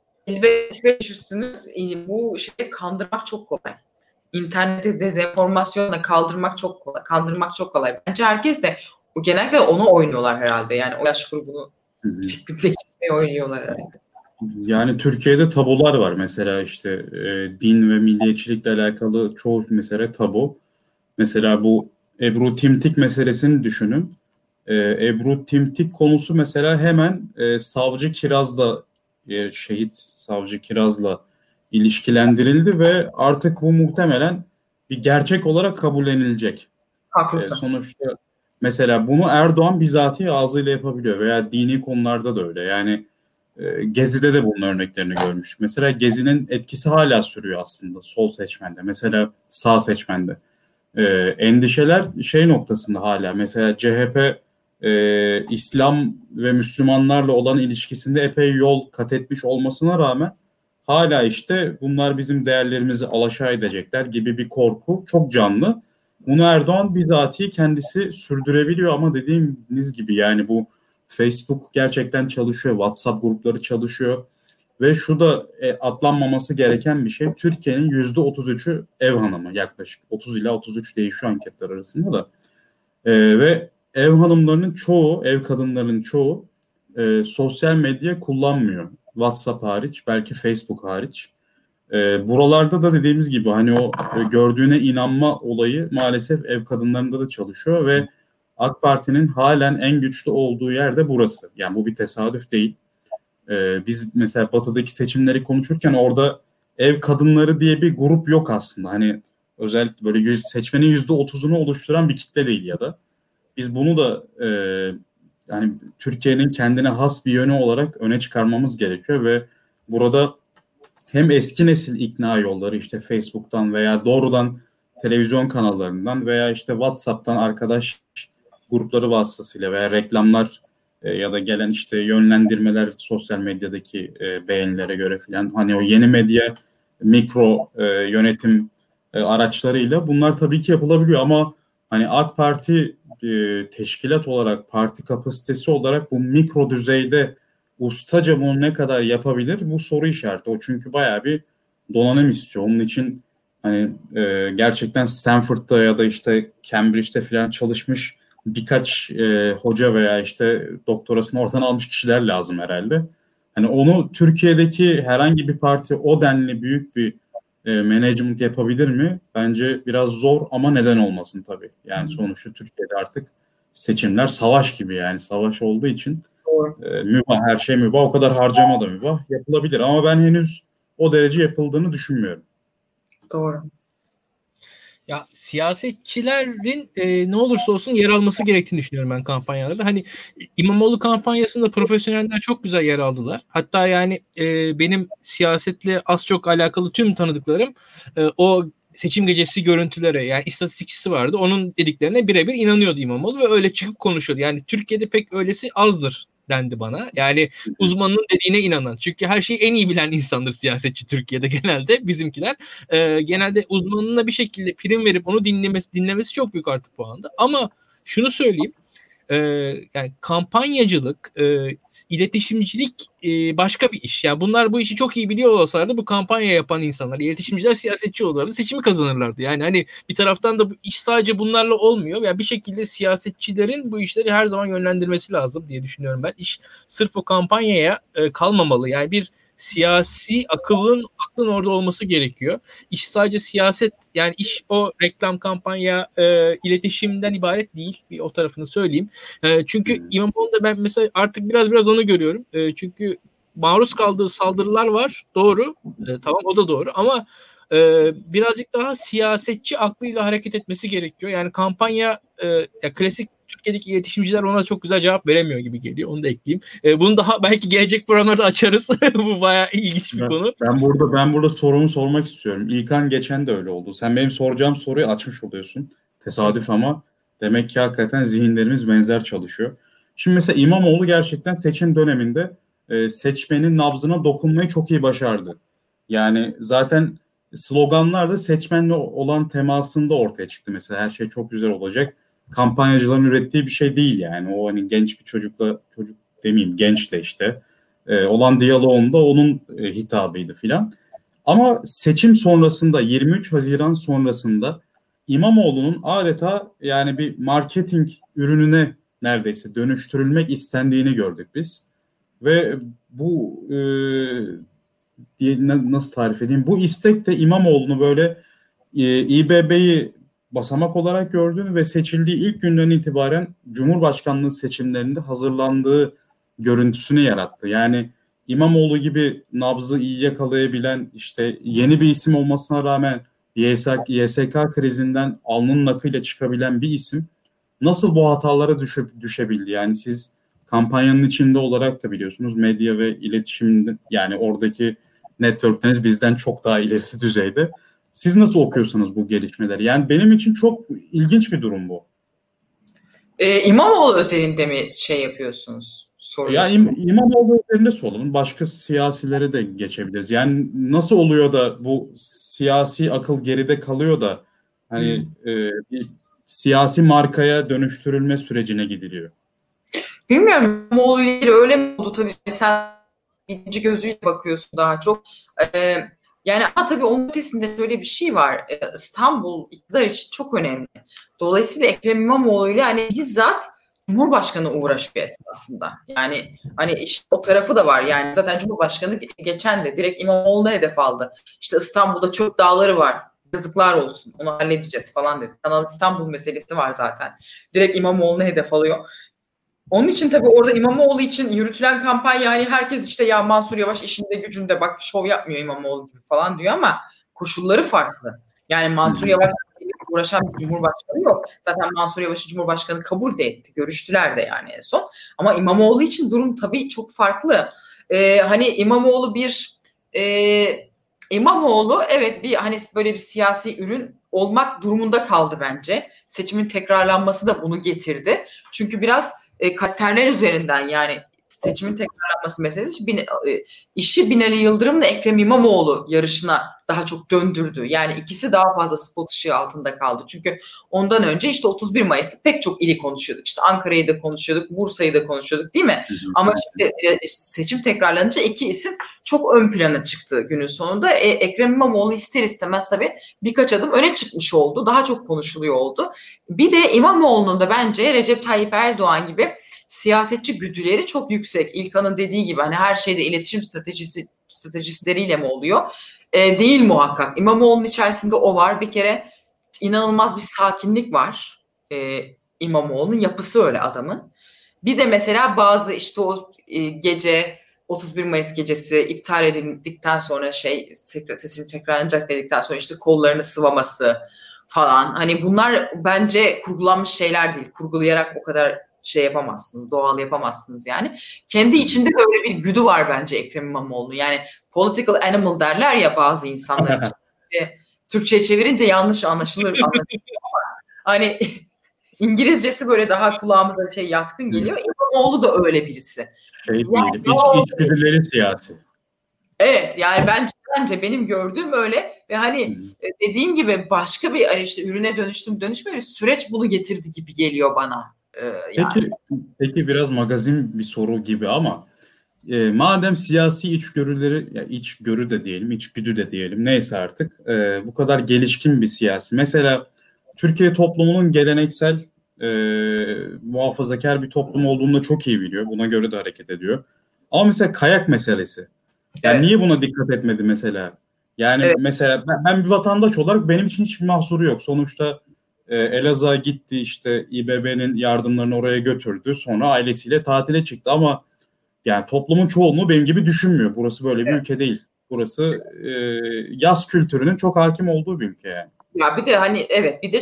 55 üstünü bu şeyi kandırmak çok kolay. İnternette dezenformasyonla kandırmak çok kolay. Bence herkes de genellikle onu oynuyorlar herhalde. Yani o yaş grubunu fikirleştirmeye oynuyorlar herhalde. Yani Türkiye'de tabular var mesela, işte din ve milliyetçilikle alakalı çoğu mesele tabu. Mesela bu Ebru Timtik meselesini düşünün. Ebru Timtik konusu mesela hemen Savcı Kiraz'la şehit Savcı Kiraz'la ilişkilendirildi ve artık bu muhtemelen bir gerçek olarak kabullenilecek. Haklısın. Sonuçta mesela bunu Erdoğan bizatihi ağzıyla yapabiliyor veya dini konularda da öyle. Yani Gezi'de de bunun örneklerini görmüştük. Mesela Gezi'nin etkisi hala sürüyor aslında sol seçmende. Mesela sağ seçmende. Endişeler şey noktasında hala. Mesela CHP İslam ve Müslümanlarla olan ilişkisinde epey yol kat etmiş olmasına rağmen hala işte bunlar bizim değerlerimizi alaşağı edecekler gibi bir korku çok canlı. Bunu Erdoğan bizatihi kendisi sürdürebiliyor ama dediğiniz gibi yani bu Facebook gerçekten çalışıyor, WhatsApp grupları çalışıyor ve şu da atlanmaması gereken bir şey. Türkiye'nin %33'ü ev hanımı, yaklaşık 30 ila 33 değişiyor anketler arasında da. Ve ev hanımlarının çoğu, ev kadınlarının çoğu sosyal medya kullanmıyor. WhatsApp hariç, belki Facebook hariç. Buralarda da dediğimiz gibi hani o gördüğüne inanma olayı maalesef ev kadınlarında da çalışıyor ve AK Parti'nin halen en güçlü olduğu yer de burası. Yani bu bir tesadüf değil. Biz mesela Batı'daki seçimleri konuşurken orada ev kadınları diye bir grup yok aslında. Hani özellikle böyle seçmenin %30'unu oluşturan bir kitle değil ya da. Biz bunu da yani Türkiye'nin kendine has bir yönü olarak öne çıkarmamız gerekiyor ve burada hem eski nesil ikna yolları işte Facebook'tan veya doğrudan televizyon kanallarından veya işte WhatsApp'tan arkadaş grupları vasıtasıyla veya reklamlar ya da gelen işte yönlendirmeler sosyal medyadaki beğenilere göre filan hani o yeni medya mikro yönetim araçlarıyla bunlar tabii ki yapılabiliyor ama hani AK Parti teşkilat olarak parti kapasitesi olarak bu mikro düzeyde ustaca bunu ne kadar yapabilir bu soru işareti. O çünkü bayağı bir donanım istiyor. Onun için hani gerçekten Stanford'da ya da işte Cambridge'de falan çalışmış birkaç hoca veya işte doktorasını oradan almış kişiler lazım herhalde. Hani onu Türkiye'deki herhangi bir parti o denli büyük bir management yapabilir mi? Bence biraz zor ama neden olmasın tabii. Yani sonuçta Türkiye'de artık seçimler savaş gibi yani savaş olduğu için mübah, her şey mübah, o kadar harcama da mübah yapılabilir ama ben henüz o derece yapıldığını düşünmüyorum. Doğru. Ya siyasetçilerin ne olursa olsun yer alması gerektiğini düşünüyorum ben kampanyalarda. Hani İmamoğlu kampanyasında profesyoneller çok güzel yer aldılar. Hatta yani benim siyasetle az çok alakalı tüm tanıdıklarım o seçim gecesi görüntülere yani istatistikçisi vardı. Onun dediklerine birebir inanıyordu İmamoğlu ve öyle çıkıp konuşuyordu. Yani Türkiye'de pek öylesi azdır dendi bana. Yani uzmanının dediğine inanan. Çünkü her şeyi en iyi bilen insandır siyasetçi Türkiye'de genelde bizimkiler. Genelde uzmanına bir şekilde prim verip onu dinlemesi çok büyük artı puandı. Ama şunu söyleyeyim. Yani kampanyacılık, iletişimcilik başka bir iş. Yani bunlar bu işi çok iyi biliyor olsalardı bu kampanya yapan insanlar, iletişimciler siyasetçi olurlardı, seçimi kazanırlardı. Yani hani bir taraftan da bu iş sadece bunlarla olmuyor. Yani bir şekilde siyasetçilerin bu işleri her zaman yönlendirmesi lazım diye düşünüyorum ben. İş sırf o kampanyaya kalmamalı. Yani bir siyasi aklın orada olması gerekiyor. İş sadece siyaset yani iş o reklam kampanya iletişimden ibaret değil. Bir o tarafını söyleyeyim. Çünkü İmamoğlu'nda ben mesela artık biraz onu görüyorum. Çünkü maruz kaldığı saldırılar var. Doğru. Tamam o da doğru ama birazcık daha siyasetçi aklıyla hareket etmesi gerekiyor. Yani kampanya ya klasik Türkiye'deki iletişimciler ona çok güzel cevap veremiyor gibi geliyor. Onu da ekleyeyim. Bunu daha belki gelecek programlarda açarız. Bu bayağı ilginç bir konu. Ben burada sorumu sormak istiyorum. İlkan geçen de öyle oldu. Sen benim soracağım soruyu açmış oluyorsun. Tesadüf ama demek ki hakikaten zihinlerimiz benzer çalışıyor. Şimdi mesela İmamoğlu gerçekten seçim döneminde seçmenin nabzına dokunmayı çok iyi başardı. Yani zaten sloganlar da seçmenle olan temasında ortaya çıktı. Mesela her şey çok güzel olacak. Kampanyacıların ürettiği bir şey değil yani. O hani genç bir çocuk demeyeyim gençle işte olan diyaloğunda onun hitabıydı filan. Ama seçim sonrasında 23 Haziran sonrasında İmamoğlu'nun adeta yani bir marketing ürününe neredeyse dönüştürülmek istendiğini gördük biz. Ve bu nasıl tarif edeyim? Bu istek de İmamoğlu'nu böyle İBB'yi basamak olarak gördüğünü ve seçildiği ilk günden itibaren Cumhurbaşkanlığı seçimlerinde hazırlandığı görüntüsünü yarattı. Yani İmamoğlu gibi nabzı iyi yakalayabilen işte yeni bir isim olmasına rağmen YSK krizinden alnının akıyla çıkabilen bir isim nasıl bu hatalara düşebildi? Yani siz kampanyanın içinde olarak da biliyorsunuz, medya ve iletişim, yani oradaki network'leriniz bizden çok daha ileri düzeyde. Siz nasıl okuyorsunuz bu gelişmeleri? Yani benim için çok ilginç bir durum bu. İmamoğlu özelinde mi şey yapıyorsunuz? Ya İmamoğlu üzerinde soralım. Başka siyasilere de geçebiliriz. Yani nasıl oluyor da bu siyasi akıl geride kalıyor da hani bir siyasi markaya dönüştürülme sürecine gidiliyor? Bilmiyorum, İmamoğlu ile öyle mi oldu tabii. Sen birinci gözüyle bakıyorsun daha çok. Yani ama tabii onun ötesinde şöyle bir şey var. İstanbul iktidar için çok önemli. Dolayısıyla Ekrem İmamoğlu ile hani bizzat Cumhurbaşkanı uğraşıyor esasında. Yani hani işte o tarafı da var. Yani zaten Cumhurbaşkanı geçen de direkt İmamoğlu'na hedef aldı. İşte İstanbul'da çöp dağları var. Yazıklar olsun. Onu halledeceğiz falan dedi. Kanal İstanbul meselesi var zaten. Direkt İmamoğlu'na hedef alıyor. Onun için tabii orada İmamoğlu için yürütülen kampanya, hani herkes işte ya Mansur Yavaş işinde gücünde bak şov yapmıyor İmamoğlu gibi falan diyor ama koşulları farklı. Yani Mansur Yavaş'la uğraşan bir cumhurbaşkanı yok. Zaten Mansur Yavaş'ı Cumhurbaşkanı kabul de etti. Görüştüler de yani en son. Ama İmamoğlu için durum tabii çok farklı. Hani İmamoğlu evet bir hani böyle bir siyasi ürün olmak durumunda kaldı bence. Seçimin tekrarlanması da bunu getirdi. Çünkü biraz karakterler üzerinden, yani seçimin tekrarlanması meselesi işi Binali Yıldırım'la Ekrem İmamoğlu yarışına daha çok döndürdü. Yani ikisi daha fazla spot ışığı altında kaldı. Çünkü ondan önce işte 31 Mayıs'ta pek çok ili konuşuyorduk. İşte Ankara'yı da konuşuyorduk, Bursa'yı da konuşuyorduk, değil mi? Ama şimdi seçim tekrarlanınca iki isim çok ön plana çıktı günün sonunda. Ekrem İmamoğlu ister istemez tabii birkaç adım öne çıkmış oldu. Daha çok konuşuluyor oldu. Bir de İmamoğlu'nun da bence Recep Tayyip Erdoğan gibi siyasetçi güdüleri çok yüksek. İlkan'ın dediği gibi hani her şeyde iletişim stratejileriyle mi oluyor? Değil muhakkak. İmamoğlu'nun içerisinde o var. Bir kere inanılmaz bir sakinlik var. İmamoğlu'nun yapısı öyle adamın. Bir de mesela bazı işte o gece 31 Mayıs gecesi iptal edildikten sonra seçim tekrarlanacak dedikten sonra işte kollarını sıvaması falan. Hani bunlar bence kurgulanmış şeyler değil. Kurgulayarak o kadar şey yapamazsınız, doğal yapamazsınız yani. Kendi içinde böyle bir güdü var bence Ekrem İmamoğlu. Yani political animal derler ya bazı insanlar için. Türkçe'ye çevirince yanlış anlaşılır ama hani İngilizcesi böyle daha kulağımıza yatkın geliyor. İmamoğlu da öyle birisi. Yani içgüdüleri siyasi. Evet, yani bence benim gördüğüm öyle ve hani dediğim gibi başka bir hani işte ürüne dönüşme bir süreç bunu getirdi gibi geliyor bana. Yani. Peki biraz magazin bir soru gibi ama madem siyasi içgörüleri, ya içgörü de diyelim, içgüdü de diyelim, neyse artık bu kadar gelişkin bir siyasi. Mesela Türkiye toplumunun geleneksel muhafazakar bir toplum olduğunu da çok iyi biliyor. Buna göre de hareket ediyor. Ama mesela kayak meselesi. Yani evet. Niye buna dikkat etmedi mesela? Yani evet. Mesela ben bir vatandaş olarak benim için hiçbir mahsuru yok. Sonuçta Elazığ'a gitti, işte İBB'nin yardımlarını oraya götürdü. Sonra ailesiyle tatile çıktı ama yani toplumun çoğunluğu benim gibi düşünmüyor. Burası böyle bir ülke değil. Burası yaz kültürünün çok hakim olduğu bir ülke yani. Ya bir de hani evet bir de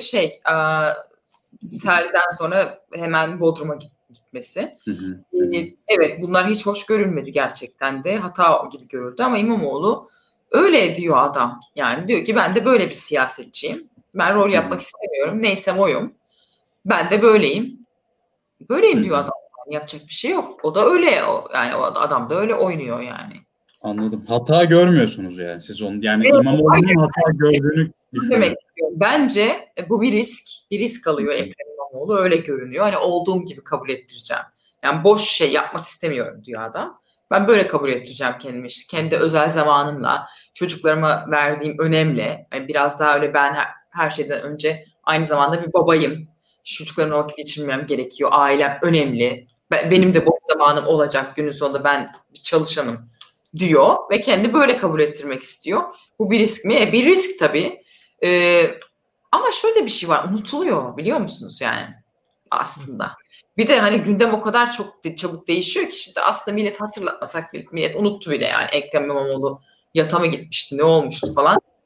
selden sonra hemen Bodrum'a gitmesi. Evet, bunlar hiç hoş görülmedi gerçekten de. Hata gibi görüldü ama İmamoğlu öyle diyor adam. Yani diyor ki ben de böyle bir siyasetçiyim. Ben rol yapmak istemiyorum. Neysem oyum. Ben de böyleyim. Böyleyim diyor adam. Yani yapacak bir şey yok. O da öyle. Yani o adam da öyle oynuyor yani. Anladım. Hata görmüyorsunuz yani siz onu. Yani İmamoğlu'nun hata gördüğünü düşünüyorsunuz. Bence bu bir risk. Bir risk alıyor Ekrem İmamoğlu. Öyle görünüyor. Hani olduğum gibi kabul ettireceğim. Yani boş şey yapmak istemiyorum diyor adam. Ben böyle kabul ettireceğim kendimi, işte kendi özel zamanımla, çocuklarıma verdiğim önemle. Yani biraz daha öyle ben her şeyden önce aynı zamanda bir babayım. Çocuklarımla vakit geçirmem gerekiyor. Ailem önemli. Benim de boş zamanım olacak günün sonunda, ben bir çalışanım diyor ve kendi böyle kabul ettirmek istiyor. Bu bir risk mi? Bir risk tabii. Ama şöyle bir şey var. Unutuluyor biliyor musunuz yani aslında. Bir de hani gündem o kadar çok çabuk değişiyor ki şimdi aslında millet hatırlatmasak millet unuttu bile yani. Ekrem İmamoğlu yata mı gitmişti, ne olmuştu falan.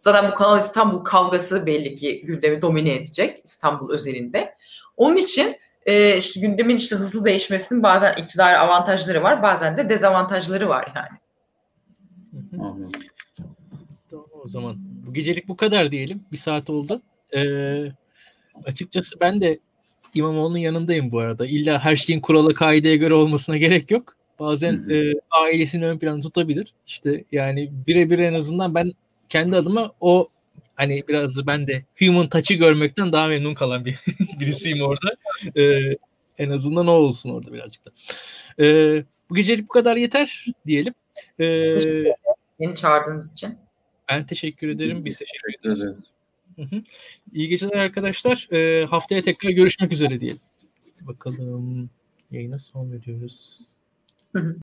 Zaten bu Kanal İstanbul kavgası belli ki gündemi domine edecek İstanbul özelinde. Onun için işte gündemin işte hızlı değişmesinin bazen iktidar avantajları var, bazen de dezavantajları var yani. Anladım. Tamam, o zaman bu gecelik bu kadar diyelim. 1 saat oldu. Açıkçası ben de İmamoğlu'nun yanındayım bu arada. İlla her şeyin kurala kaideye göre olmasına gerek yok. Bazen ailesini ön planda tutabilir. İşte yani birebir en azından ben kendi adıma o hani biraz da ben de human touch'ı görmekten daha memnun kalan birisiyim orada. En azından o olsun orada birazcık da. Bu gecelik bu kadar yeter diyelim. Beni çağırdığınız için. Ben teşekkür ederim. Biz teşekkür ederiz. İyi geceler arkadaşlar. Haftaya tekrar görüşmek üzere diyelim. Bakalım yayına son veriyoruz.